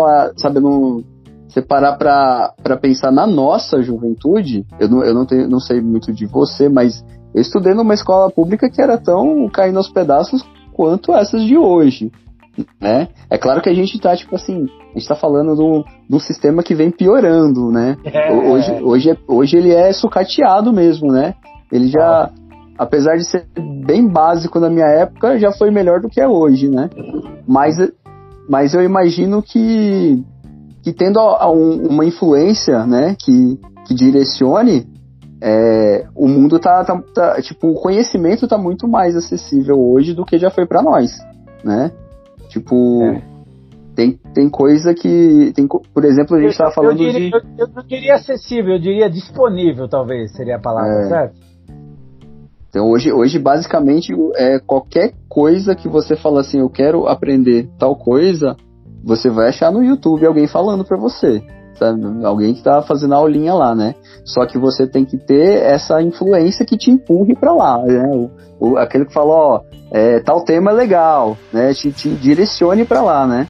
para pensar na nossa juventude, eu não sei muito de você, mas eu estudei numa escola pública que era tão caindo aos pedaços quanto essas de hoje, né? É claro que a gente tá, tipo assim, a gente tá falando de um sistema que vem piorando, né? Hoje ele é sucateado mesmo, né? Ele já, apesar de ser bem básico na minha época, já foi melhor do que é hoje, né? Mas eu imagino que tendo uma influência, né, que direcione, o mundo tipo, o conhecimento tá muito mais acessível hoje do que já foi para nós, né? Tipo, tem coisa que, por exemplo, a gente tava falando eu não diria acessível, eu diria disponível, talvez, seria a palavra, certo? Então hoje basicamente qualquer coisa que você fala assim, eu quero aprender tal coisa, você vai achar no YouTube alguém falando pra você, sabe? Alguém que tá fazendo a aulinha lá, né? Só que você tem que ter essa influência que te empurre pra lá, né? Aquele que fala, tal tema é legal, né? Te direcione pra lá, né?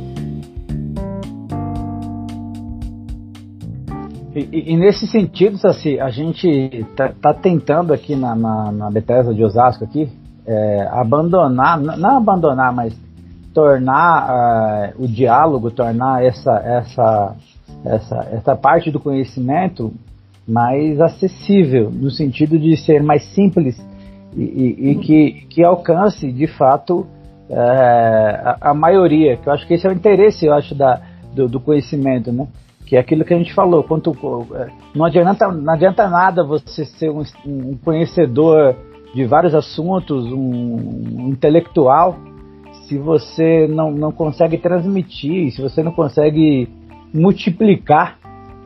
E nesse sentido, Saci, a gente tá tentando aqui na Bethesda de Osasco aqui, abandonar, não abandonar, mas tornar o diálogo, tornar essa parte do conhecimento mais acessível, no sentido de ser mais simples e que alcance, de fato, a maioria, que eu acho que esse é o interesse, eu acho, do conhecimento, né? Que é aquilo que a gente falou, não adianta nada você ser um conhecedor de vários assuntos, um intelectual, se você não consegue transmitir, se você não consegue multiplicar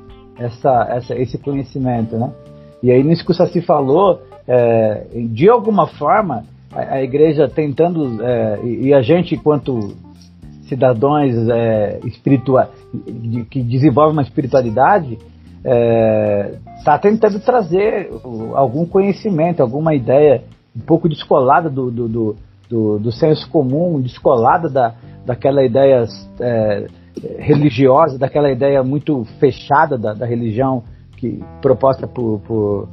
esse conhecimento, né? E aí nisso que o Saci falou, de alguma forma a igreja tentando, e a gente enquanto cidadãos espirituais que desenvolvem uma espiritualidade, está tentando trazer algum conhecimento, alguma ideia um pouco descolada do senso comum, descolada daquela ideia religiosa, daquela ideia muito fechada da religião proposta por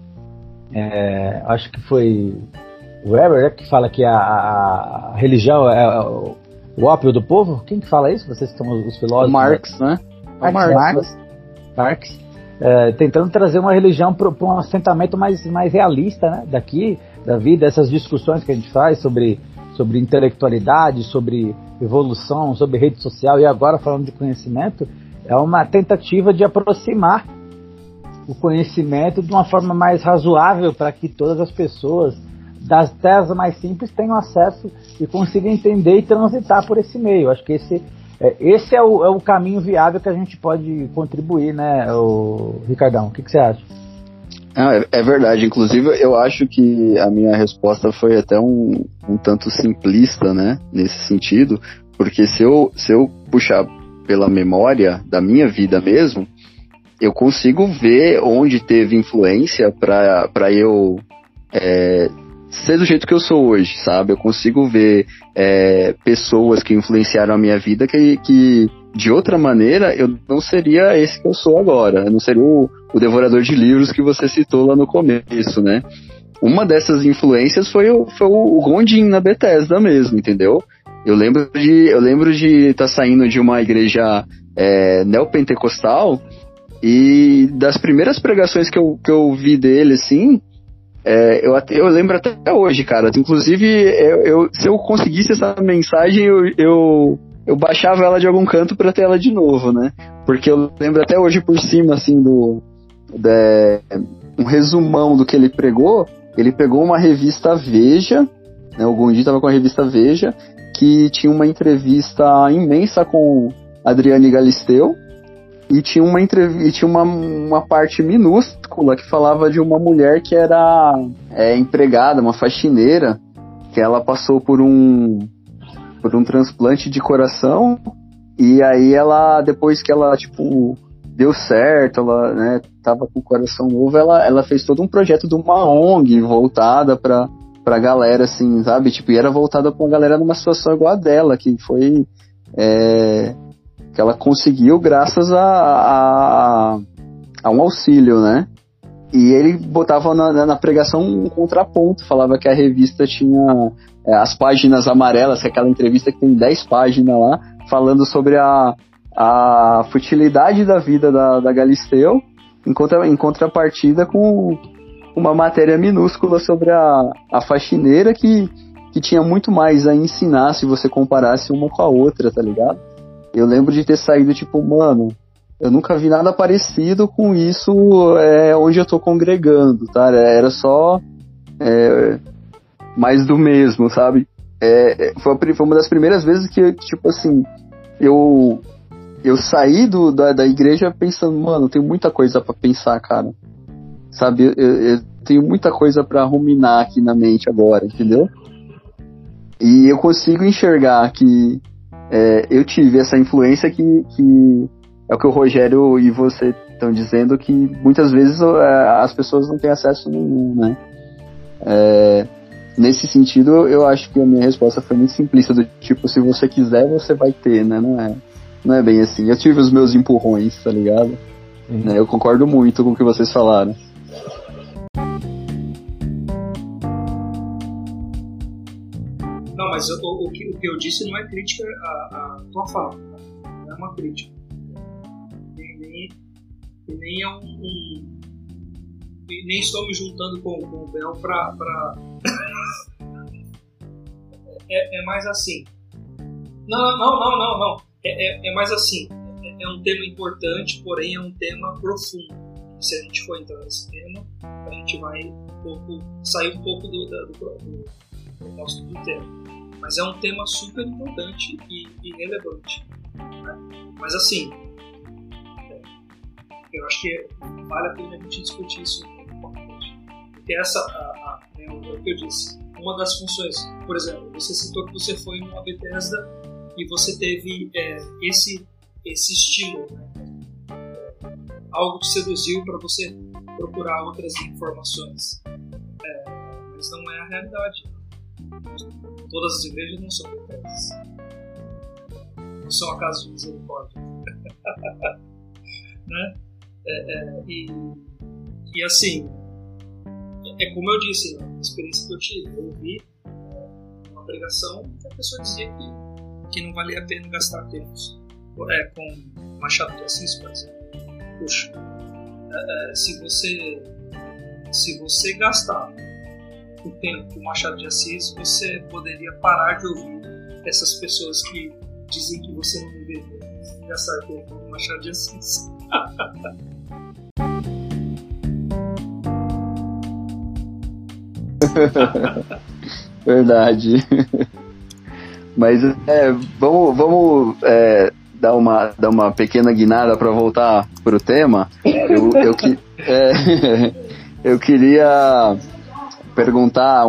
acho que foi o Weber, né, que fala que a religião é o ópio do povo. Quem que fala isso? Vocês que são os filósofos. O Marx, né? Marx. Tentando trazer uma religião para um assentamento mais realista, né, da vida, essas discussões que a gente faz sobre intelectualidade, sobre evolução, sobre rede social, e agora falando de conhecimento, é uma tentativa de aproximar o conhecimento de uma forma mais razoável para que todas as pessoas, das terras mais simples, tenham acesso e consigam entender e transitar por esse meio. Acho que esse é o caminho viável que a gente pode contribuir, né, Ricardão? O que você acha? É verdade. Inclusive, eu acho que a minha resposta foi até um tanto simplista, né, nesse sentido, porque se eu puxar pela memória da minha vida mesmo, eu consigo ver onde teve influência para eu ser do jeito que eu sou hoje, sabe? Eu consigo ver pessoas que influenciaram a minha vida que de outra maneira eu não seria esse que eu sou agora. Eu não seria o devorador de livros que você citou lá no começo, né? Uma dessas influências foi o Gondim na Bethesda mesmo, entendeu? Eu lembro de estar saindo de uma igreja neopentecostal, e das primeiras pregações que eu vi dele, assim, eu lembro até hoje, cara. Inclusive, se eu conseguisse essa mensagem, eu baixava ela de algum canto pra ter ela de novo, né? Porque eu lembro até hoje por cima, assim, um resumão do que ele pregou. Ele pegou uma revista Veja, né? O Gondim tava com a revista Veja, que tinha uma entrevista imensa com Adriane Galisteu, e tinha uma parte minúscula que falava de uma mulher que era empregada, uma faxineira, que ela passou por um transplante de coração, e aí depois que ela, tipo, deu certo, ela, né, tava com o coração novo, ela fez todo um projeto de uma ONG voltada pra galera, assim, sabe? Tipo, e era voltada pra uma galera numa situação igual a dela, que foi... que ela conseguiu graças a um auxílio, né? E ele botava na pregação um contraponto, falava que a revista tinha as páginas amarelas, que é aquela entrevista que tem 10 páginas lá, falando sobre a futilidade da vida da Galisteu, em contrapartida com uma matéria minúscula sobre a faxineira que tinha muito mais a ensinar se você comparasse uma com a outra, tá ligado? Eu lembro de ter saído tipo, mano, eu nunca vi nada parecido com isso onde eu tô congregando, tá? Era só mais do mesmo, sabe? Foi uma das primeiras vezes que tipo assim, eu saí da igreja pensando, mano, tem muita coisa pra pensar, cara. Sabe? Eu tenho muita coisa pra ruminar aqui na mente agora, entendeu? E eu consigo enxergar que eu tive essa influência que é o que o Rogério e você estão dizendo, que muitas vezes as pessoas não têm acesso nenhum, né? Nesse sentido, eu acho que a minha resposta foi muito simplista, do tipo, se você quiser, você vai ter, né? Não é bem assim. Eu tive os meus empurrões, tá ligado? Né? Eu concordo muito com o que vocês falaram. Não, mas o que eu disse não é crítica à tua fala, tá? Não é uma crítica. E nem é nem estou me juntando com o Bel pra é mais assim. Não. É mais assim. É um tema importante, porém é um tema profundo. Se a gente for entrar nesse tema, a gente vai sair um pouco do propósito do tema. Mas é um tema super importante e relevante, né? Mas assim, eu acho que vale a pena a gente discutir isso um pouco. Porque essa é o que eu disse. Uma das funções, por exemplo, você citou que você foi numa Bethesda e você teve esse estímulo, né? Algo te seduziu para você procurar outras informações. Mas não é a realidade. Todas as igrejas não são Bethesdas. Não são a casa de misericórdia. Né? E assim, é como eu disse, a experiência que eu tive, eu ouvi uma pregação que a pessoa dizia que não valia a pena gastar tempo com Machado de Assis, por exemplo. Puxa, se você gastar o tempo com Machado de Assis, você poderia parar de ouvir essas pessoas que dizem que você não deveria gastar tempo com Machado de Assis. Verdade. Mas vamos dar uma pequena guinada para voltar pro tema. Eu queria perguntar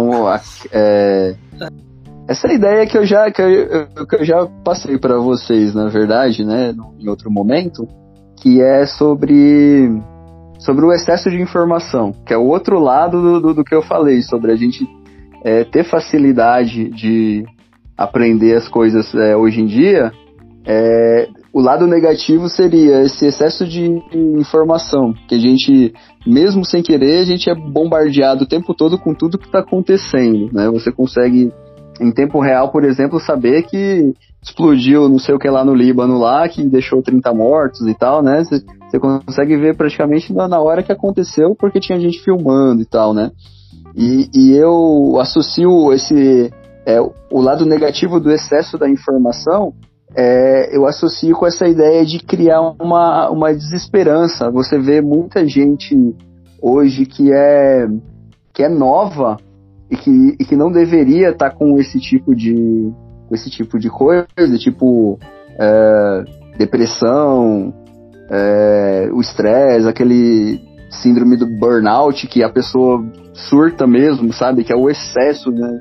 essa ideia que eu já passei para vocês, na verdade, né, em outro momento, que é sobre o excesso de informação, que é o outro lado do que eu falei, sobre a gente ter facilidade de aprender as coisas hoje em dia. O lado negativo seria esse excesso de informação, que a gente, mesmo sem querer, a gente é bombardeado o tempo todo com tudo que está acontecendo, né? Você consegue, em tempo real, por exemplo, saber que explodiu não sei o que lá no Líbano, lá, que deixou 30 mortos e tal, né? Você consegue ver praticamente na hora que aconteceu, porque tinha gente filmando e tal, né? E eu associo o lado negativo do excesso da informação, eu associo com essa ideia de criar uma desesperança. Você vê muita gente hoje que é nova e que não deveria estar com esse tipo de coisa, tipo depressão, o estresse, aquele síndrome do burnout, que a pessoa surta mesmo, sabe? Que é o excesso, né,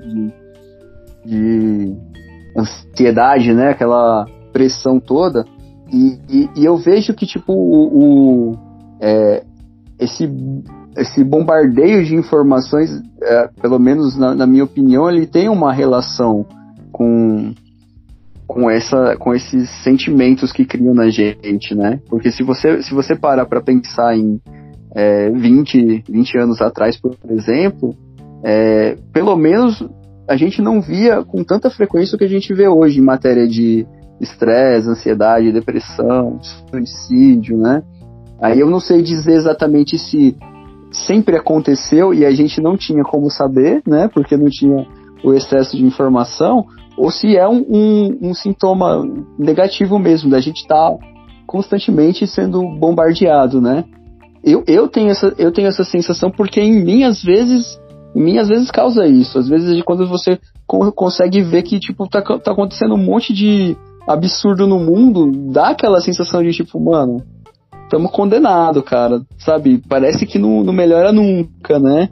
de ansiedade, né? Aquela pressão toda. E eu vejo que, tipo, esse bombardeio de informações, pelo menos na minha opinião, ele tem uma relação com esses sentimentos que criam na gente, né? Porque se você parar para pensar em 20 anos atrás, por exemplo, pelo menos a gente não via com tanta frequência o que a gente vê hoje em matéria de estresse, ansiedade, depressão, suicídio, né? Aí eu não sei dizer exatamente se sempre aconteceu e a gente não tinha como saber, né? Porque não tinha o excesso de informação, ou se é um sintoma negativo mesmo, da gente estar constantemente sendo bombardeado, né? Eu tenho essa sensação porque em mim, às vezes causa isso. Às vezes, quando você consegue ver que, tipo, tá acontecendo um monte de absurdo no mundo, dá aquela sensação de, tipo, mano, estamos condenados, cara, sabe? Parece que não melhora nunca, né?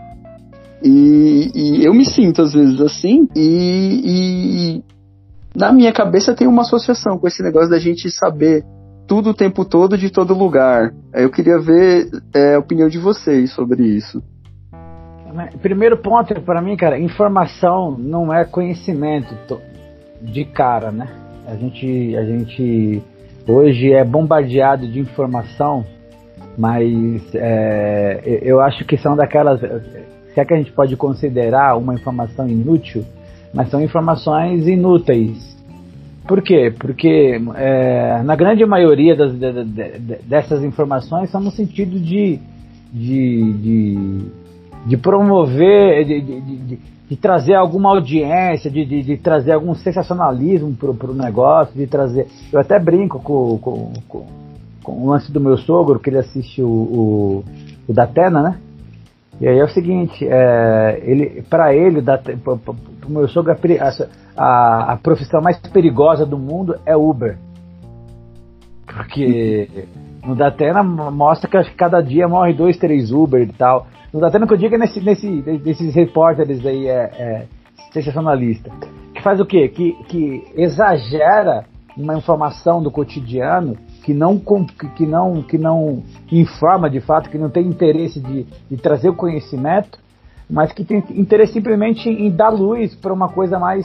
E eu me sinto, às vezes, assim, e na minha cabeça tem uma associação com esse negócio da gente saber tudo o tempo todo, de todo lugar. Eu queria ver a opinião de vocês sobre isso. Primeiro ponto, para mim, cara, informação não é conhecimento de cara, né? A gente hoje é bombardeado de informação, mas eu acho que são daquelas, se é que a gente pode considerar uma informação inútil, mas são informações inúteis. Por quê? Porque na grande maioria dessas informações são no sentido de promover, de trazer alguma audiência, de trazer algum sensacionalismo pro negócio, de trazer... Eu até brinco com o lance do meu sogro, que ele assiste o Datena, né? E aí é o seguinte, para ele, pro meu sogro, a profissão mais perigosa do mundo é Uber. Porque no Datena mostra que acho que cada dia morre 2, 3 Uber e tal. No Datena que eu digo é nesses repórteres aí, sensacionalista. Que faz o quê? Que exagera uma informação do cotidiano que não informa de fato, que não tem interesse de trazer o conhecimento, mas que tem interesse simplesmente em dar luz para uma coisa mais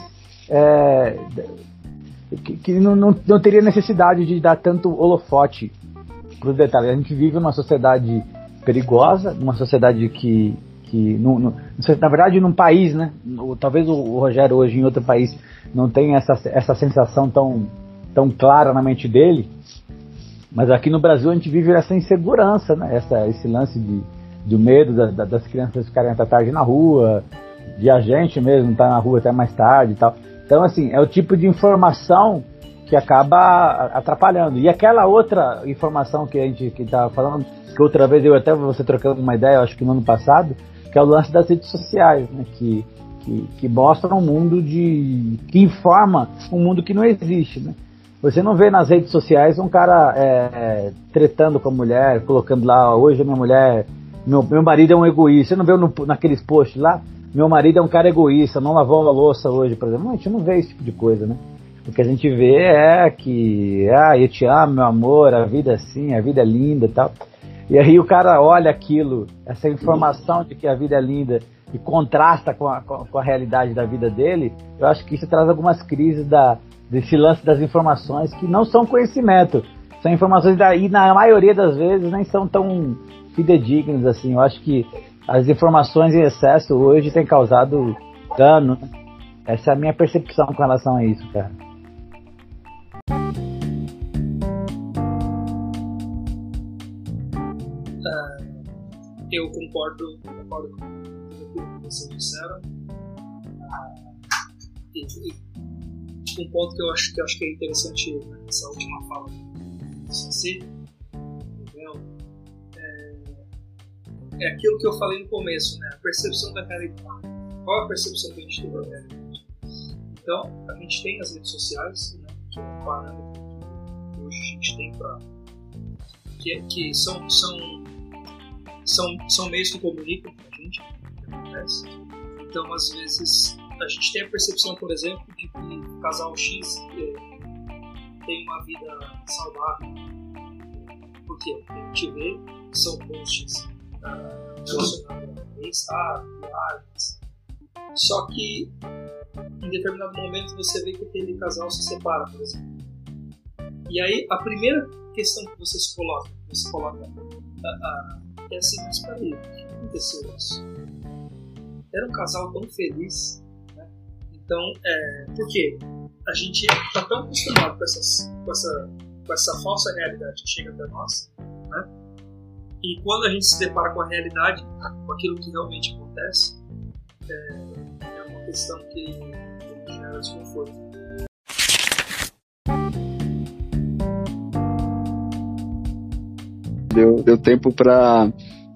que não teria necessidade de dar tanto holofote para os detalhes. A gente vive numa sociedade perigosa, numa sociedade que na verdade num país, né? Talvez o Rogério hoje em outro país não tenha essa sensação tão clara na mente dele, mas aqui no Brasil a gente vive essa insegurança, né? Esse lance de medo das crianças ficarem até tarde na rua, de a gente mesmo estar na rua até mais tarde e tal. Então, assim, é o tipo de informação que acaba atrapalhando. E aquela outra informação que a gente estava falando, que outra vez eu até você trocando uma ideia, eu acho que no ano passado, que é o lance das redes sociais, né? Que mostram um mundo que informa um mundo que não existe, né? Você não vê nas redes sociais um cara tretando com a mulher, colocando lá, hoje a minha mulher, meu marido é um egoísta. Você não vê naqueles posts lá, meu marido é um cara egoísta, não lavou a louça hoje, por exemplo. Não, a gente não vê esse tipo de coisa, né? O que a gente vê é que, eu te amo, meu amor, a vida é assim, a vida é linda e tal. E aí o cara olha aquilo, essa informação de que a vida é linda, e contrasta com a realidade da vida dele. Eu acho que isso traz algumas crises desse lance das informações que não são conhecimento, são informações e na maioria das vezes nem são tão fidedignas assim. Eu acho que as informações em excesso hoje têm causado dano, né? Essa é a minha percepção com relação a isso, cara. Eu concordo com tudo que vocês disseram. Um ponto que eu acho que é interessante nessa última fala do Saci, entendeu? É aquilo que eu falei no começo, né? A percepção da realidade. Qual é a percepção que a gente tem da realidade? Então, a gente tem as redes sociais, né? Que é um parâmetro que hoje a gente tem para que são meios que comunicam com a gente, o que acontece. Então, às vezes, a gente tem a percepção, por exemplo, de que o casal X tem uma vida saudável. Por quê? Porque a gente vê que são posts relacionados a bem-estar, viagens. Só que, em determinado momento, você vê que aquele casal se separa, por exemplo. E aí, a primeira questão que você coloca é assim, mas peraí, o que aconteceu isso? Era um casal tão feliz, né? Então, por quê? A gente está tão acostumado com essa falsa realidade que chega até nós, né? E quando a gente se depara com a realidade, com aquilo que realmente acontece, é uma questão que gera desconforto. Deu tempo para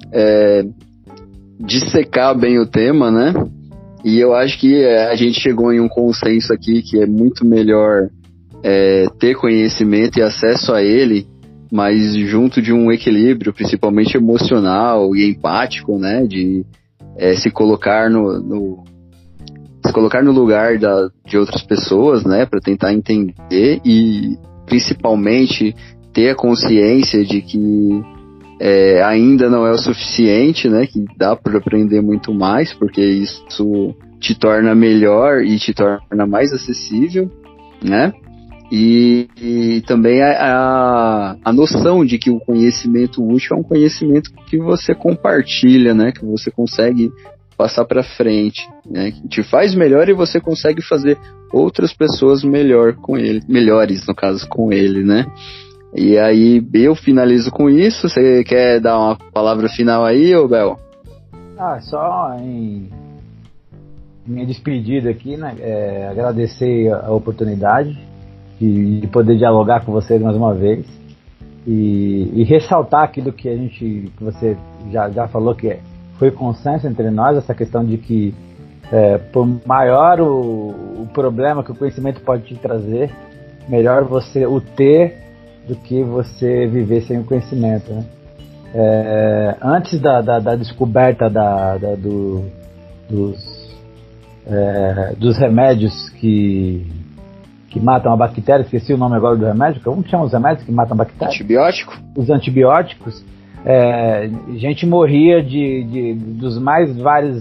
dissecar bem o tema, né? E eu acho que a gente chegou em um consenso aqui que é muito melhor ter conhecimento e acesso a ele, mas junto de um equilíbrio, principalmente emocional e empático, né? De se colocar no lugar de outras pessoas, né? Para tentar entender e principalmente ter a consciência de que ainda não é o suficiente, né? Que dá para aprender muito mais, porque isso te torna melhor e te torna mais acessível, né? E também a noção de que o conhecimento útil é um conhecimento que você compartilha, né? Que você consegue passar para frente, né? Que te faz melhor e você consegue fazer outras pessoas melhores, no caso, com ele, né? E aí eu finalizo com isso. Você quer dar uma palavra final aí, ô Bel? Só em minha despedida aqui, né? Agradecer a oportunidade de poder dialogar com vocês mais uma vez e ressaltar aquilo que você já falou, que foi consenso entre nós, essa questão de que Por maior o problema que o conhecimento pode te trazer, melhor você o ter do que você viver sem o conhecimento, né? Antes da descoberta dos remédios que matam a bactéria, esqueci o nome agora do remédio, como chama os remédios que matam a bactéria? Antibiótico? Os antibióticos, gente morria das mais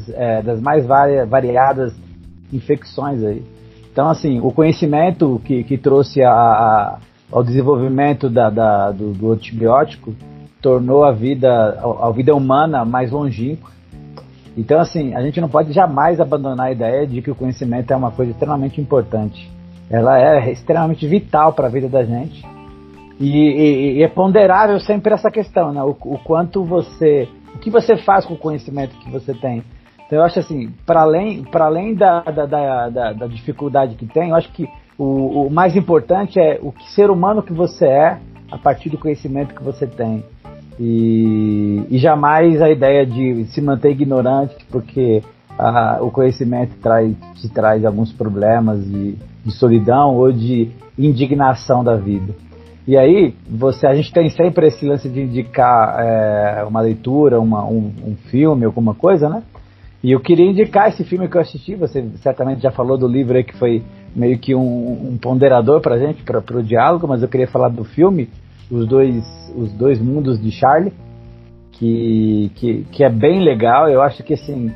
variadas infecções aí. Então, assim, o conhecimento que trouxe ao desenvolvimento do antibiótico tornou a vida humana mais longínqua. Então, assim, a gente não pode jamais abandonar a ideia de que o conhecimento é uma coisa extremamente importante. Ela é extremamente vital para a vida da gente. E é ponderável sempre essa questão, né? O que você faz com o conhecimento que você tem. Então eu acho assim, para além da dificuldade que tem, eu acho que o mais importante é o ser humano que você é a partir do conhecimento que você tem. E jamais a ideia de se manter ignorante, porque o conhecimento te traz alguns problemas de solidão ou de indignação da vida. E aí, a gente tem sempre esse lance de indicar uma leitura, um filme, alguma coisa, né? E eu queria indicar esse filme que eu assisti. Você certamente já falou do livro aí, que foi meio que um ponderador pra gente, pro diálogo, mas eu queria falar do filme, Os Dois Mundos de Charlie, que é bem legal. Eu acho que assim,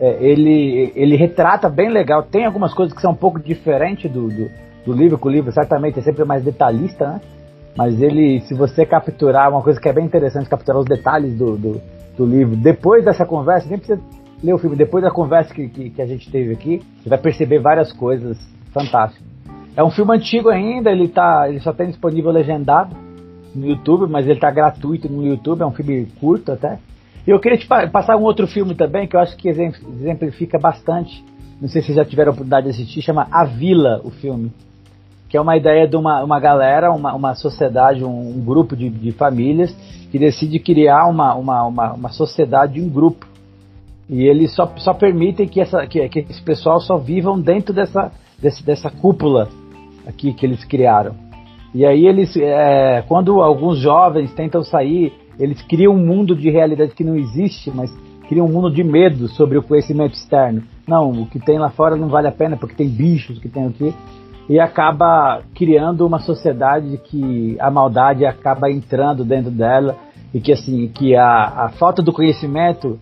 ele retrata bem legal. Tem algumas coisas que são um pouco diferentes do livro, que o livro certamente é sempre mais detalhista, né? Mas se você capturar, uma coisa que é bem interessante, capturar os detalhes do livro, depois dessa conversa, nem precisa ler o filme, depois da conversa que a gente teve aqui, você vai perceber várias coisas fantásticas. É um filme antigo ainda, ele só tem disponível legendado no YouTube, mas ele está gratuito no YouTube, é um filme curto até. E eu queria te passar um outro filme também, que eu acho que exemplifica bastante, não sei se vocês já tiveram a oportunidade de assistir, chama A Vila, o filme. Que é uma ideia de uma galera, uma sociedade, um grupo de famílias que decide criar uma sociedade, um grupo. E eles só permitem que esse pessoal só vivam dentro dessa cúpula aqui que eles criaram. E aí quando alguns jovens tentam sair, eles criam um mundo de realidade que não existe, mas criam um mundo de medo sobre o conhecimento externo. Não, o que tem lá fora não vale a pena porque tem bichos, que tem aqui. E acaba criando uma sociedade que a maldade acaba entrando dentro dela e que a falta do conhecimento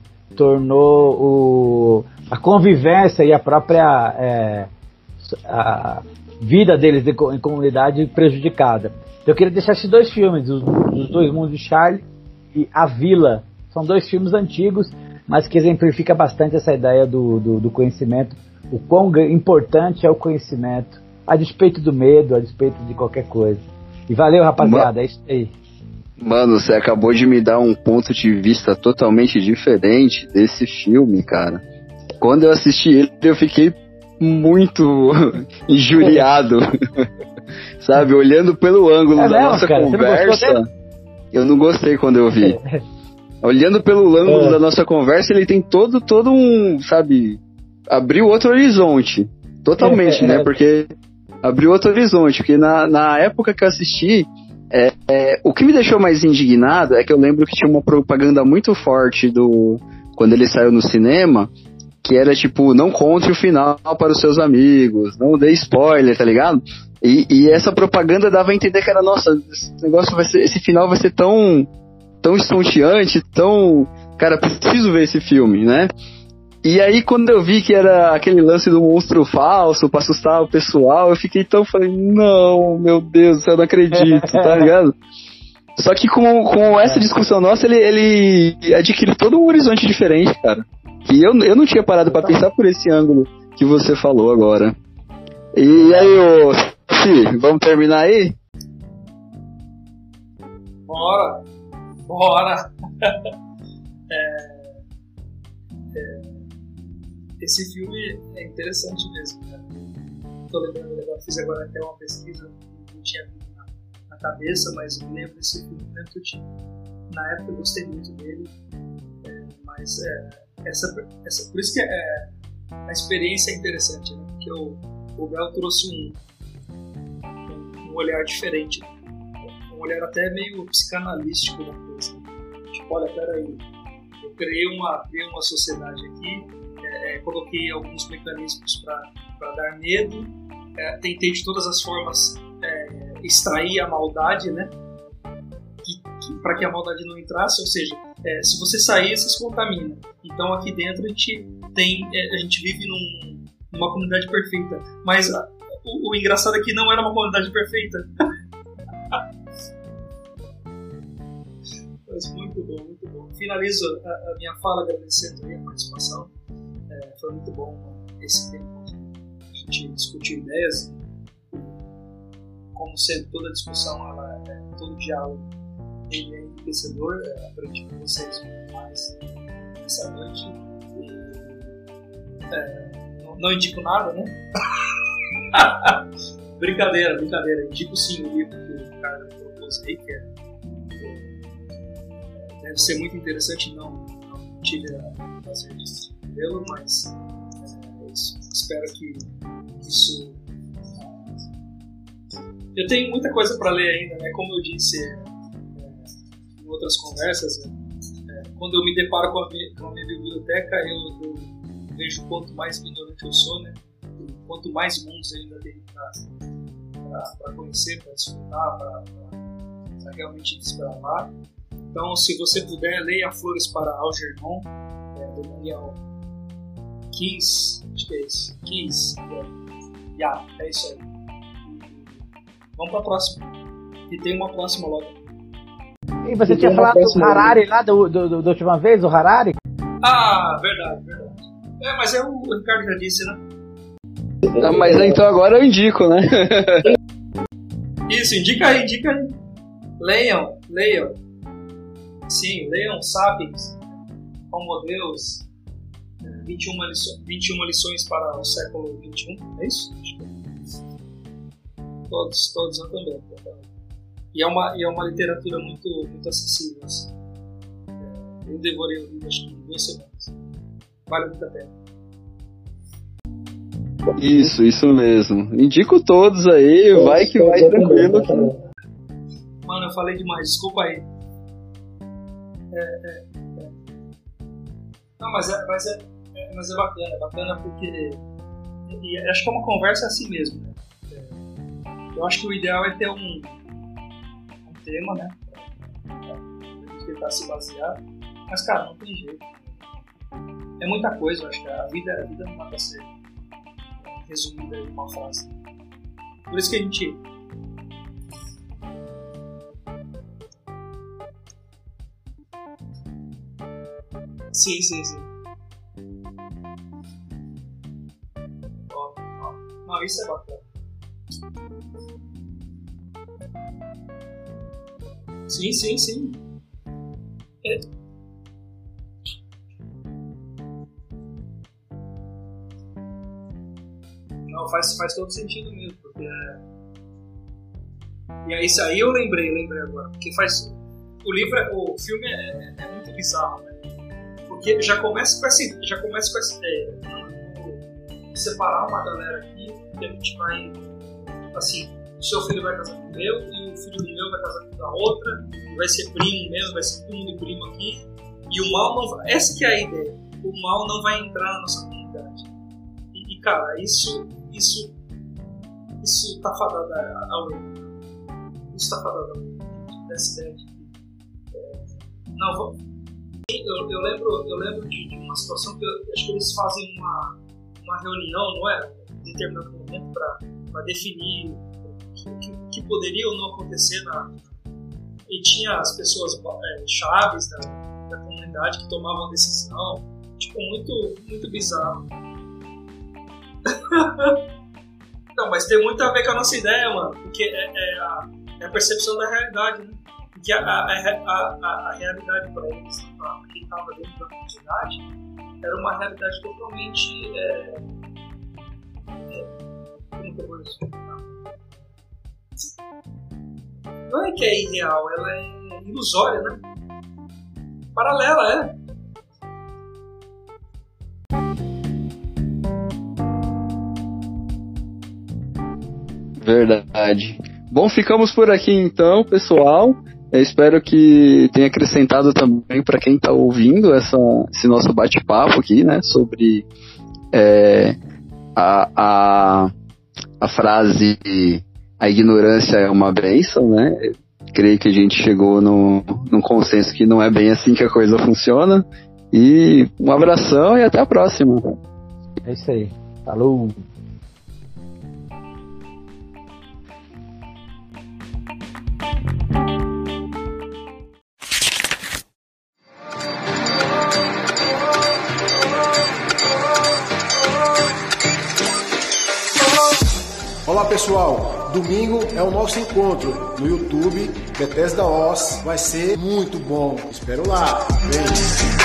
tornou a convivência e a própria a vida deles em comunidade prejudicada. Então eu queria deixar esses dois filmes, Os Dois Mundos de Charlie e A Vila. São dois filmes antigos, mas que exemplifica bastante essa ideia do conhecimento, o quão importante é o conhecimento, a despeito do medo, a despeito de qualquer coisa. E valeu, rapaziada, é isso aí. Mano, você acabou de me dar um ponto de vista totalmente diferente desse filme, cara. Quando eu assisti ele, eu fiquei muito injuriado. Sabe, olhando pelo ângulo da nossa conversa. Eu não gostei quando eu vi. Olhando pelo ângulo da nossa conversa, ele tem todo um, sabe, abriu outro horizonte. Totalmente, né? Porque abriu outro horizonte. Porque na época que eu assisti, o que me deixou mais indignado é que eu lembro que tinha uma propaganda muito forte quando ele saiu no cinema, que era tipo, não conte o final para os seus amigos, não dê spoiler, tá ligado? E essa propaganda dava a entender que era, nossa, esse final vai ser tão estonteante, cara, preciso ver esse filme, né? E aí quando eu vi que era aquele lance do monstro falso pra assustar o pessoal, eu fiquei falei, não, meu Deus, eu não acredito, tá ligado? Só que com essa discussão nossa, ele adquire todo um horizonte diferente, cara. Que eu não tinha parado pra pensar por esse ângulo que você falou agora. E aí, Fih, vamos terminar aí? Bora! Esse filme é interessante mesmo, né? Tô lembrando agora, fiz agora até uma pesquisa, não tinha vindo na cabeça, mas eu me lembro desse filme, lembro que eu tinha. Na época eu gostei muito dele, mas por isso que a experiência é interessante, né? Porque o Bel trouxe um olhar diferente, um olhar até meio psicanalístico da coisa. Tipo, olha, peraí, eu criei uma sociedade aqui, coloquei alguns mecanismos para dar medo, tentei de todas as formas extrair a maldade, né? Para que a maldade não entrasse, ou seja, se você sair, você se contamina. Então aqui dentro a gente vive numa comunidade perfeita, mas o engraçado é que não era uma comunidade perfeita. Mas muito bom, muito bom. Finalizo a minha fala agradecendo aí a participação. Foi muito bom esse tempo que a gente discutiu ideias. Como sempre, toda discussão, todo diálogo, ele é enriquecedor. Aprendi com vocês muito mais essa noite. Não indico nada, né? Brincadeira. Indico sim o livro que o cara propôs aí, que deve ser muito interessante. Não tive a prazer de vê-lo, mas espero que isso. Eu tenho muita coisa para ler ainda, né? Como eu disse em outras conversas, quando eu me deparo com a minha biblioteca, eu vejo quanto mais ignorante eu sou, né? E quanto mais mundos eu ainda tenho para conhecer, para desfrutar, para realmente desbravar. Então, se você puder, leia Flores para Algernon, do Daniel Keyes, acho que é isso. Keyes, é isso aí. Vamos para a próxima. E tem uma próxima logo. E você tinha falado do Harari lá da última vez, o Harari? Ah, verdade. Mas o Ricardo já disse, né? Mas então agora eu indico, né? Isso, indica aí. Leiam. Sim, leiam Sapiens, Homo Deus, 21 lições para o século XXI, é isso? Acho que é. Todos eu também. E é uma literatura muito, muito acessível. Assim. Eu devorei o livro acho que em 2 semanas. Vale muito a pena. Isso mesmo. Indico todos aí, vai que vai tranquilo. Mano, eu falei demais, desculpa aí. Não, mas é bacana porque acho que é uma conversa assim mesmo, né? Eu acho que o ideal é ter um tema, né? Pra gente tentar se basear, mas cara, não tem jeito. É muita coisa, eu acho que a vida não dá pra ser resumida em uma frase. Por isso que a gente Sim. Não, isso é bacana. Sim. Não, faz todo sentido mesmo, porque E aí, isso aí eu lembrei agora, porque o filme é muito bizarro, né? Porque já começa com essa ideia. Vamos separar uma galera aqui, que a gente vai, assim, o seu filho vai casar com o meu, e o filho do meu vai casar com a outra, e vai ser primo mesmo, vai ser todo mundo primo aqui, e o mal não vai, essa que é a ideia, o mal não vai entrar na nossa comunidade. E cara, isso tá fadado ao erro. Isso tá fadado ao erro, dessa ideia de eu lembro de uma situação que eu acho que eles fazem uma reunião, não é? Em determinado momento para definir o que poderia ou não acontecer e tinha as pessoas chaves da comunidade que tomavam a decisão, tipo, muito, muito bizarro. Não, mas tem muito a ver com a nossa ideia, mano, porque é a percepção da realidade, né? Porque a realidade para eles, para quem estava dentro da comunidade, era uma realidade totalmente. Como que eu vou explicar? Não é que é irreal, ela é ilusória, né? Paralela, Verdade. Bom, ficamos por aqui então, pessoal. Eu espero que tenha acrescentado também para quem está ouvindo esse nosso bate-papo aqui, né, sobre a frase "a ignorância é uma bênção", né? Creio que a gente chegou num consenso que não é bem assim que a coisa funciona. E um abração e até a próxima. É isso aí. Falou! Olá pessoal, domingo é o nosso encontro no YouTube, Bethesda Oz, vai ser muito bom, espero lá, vem!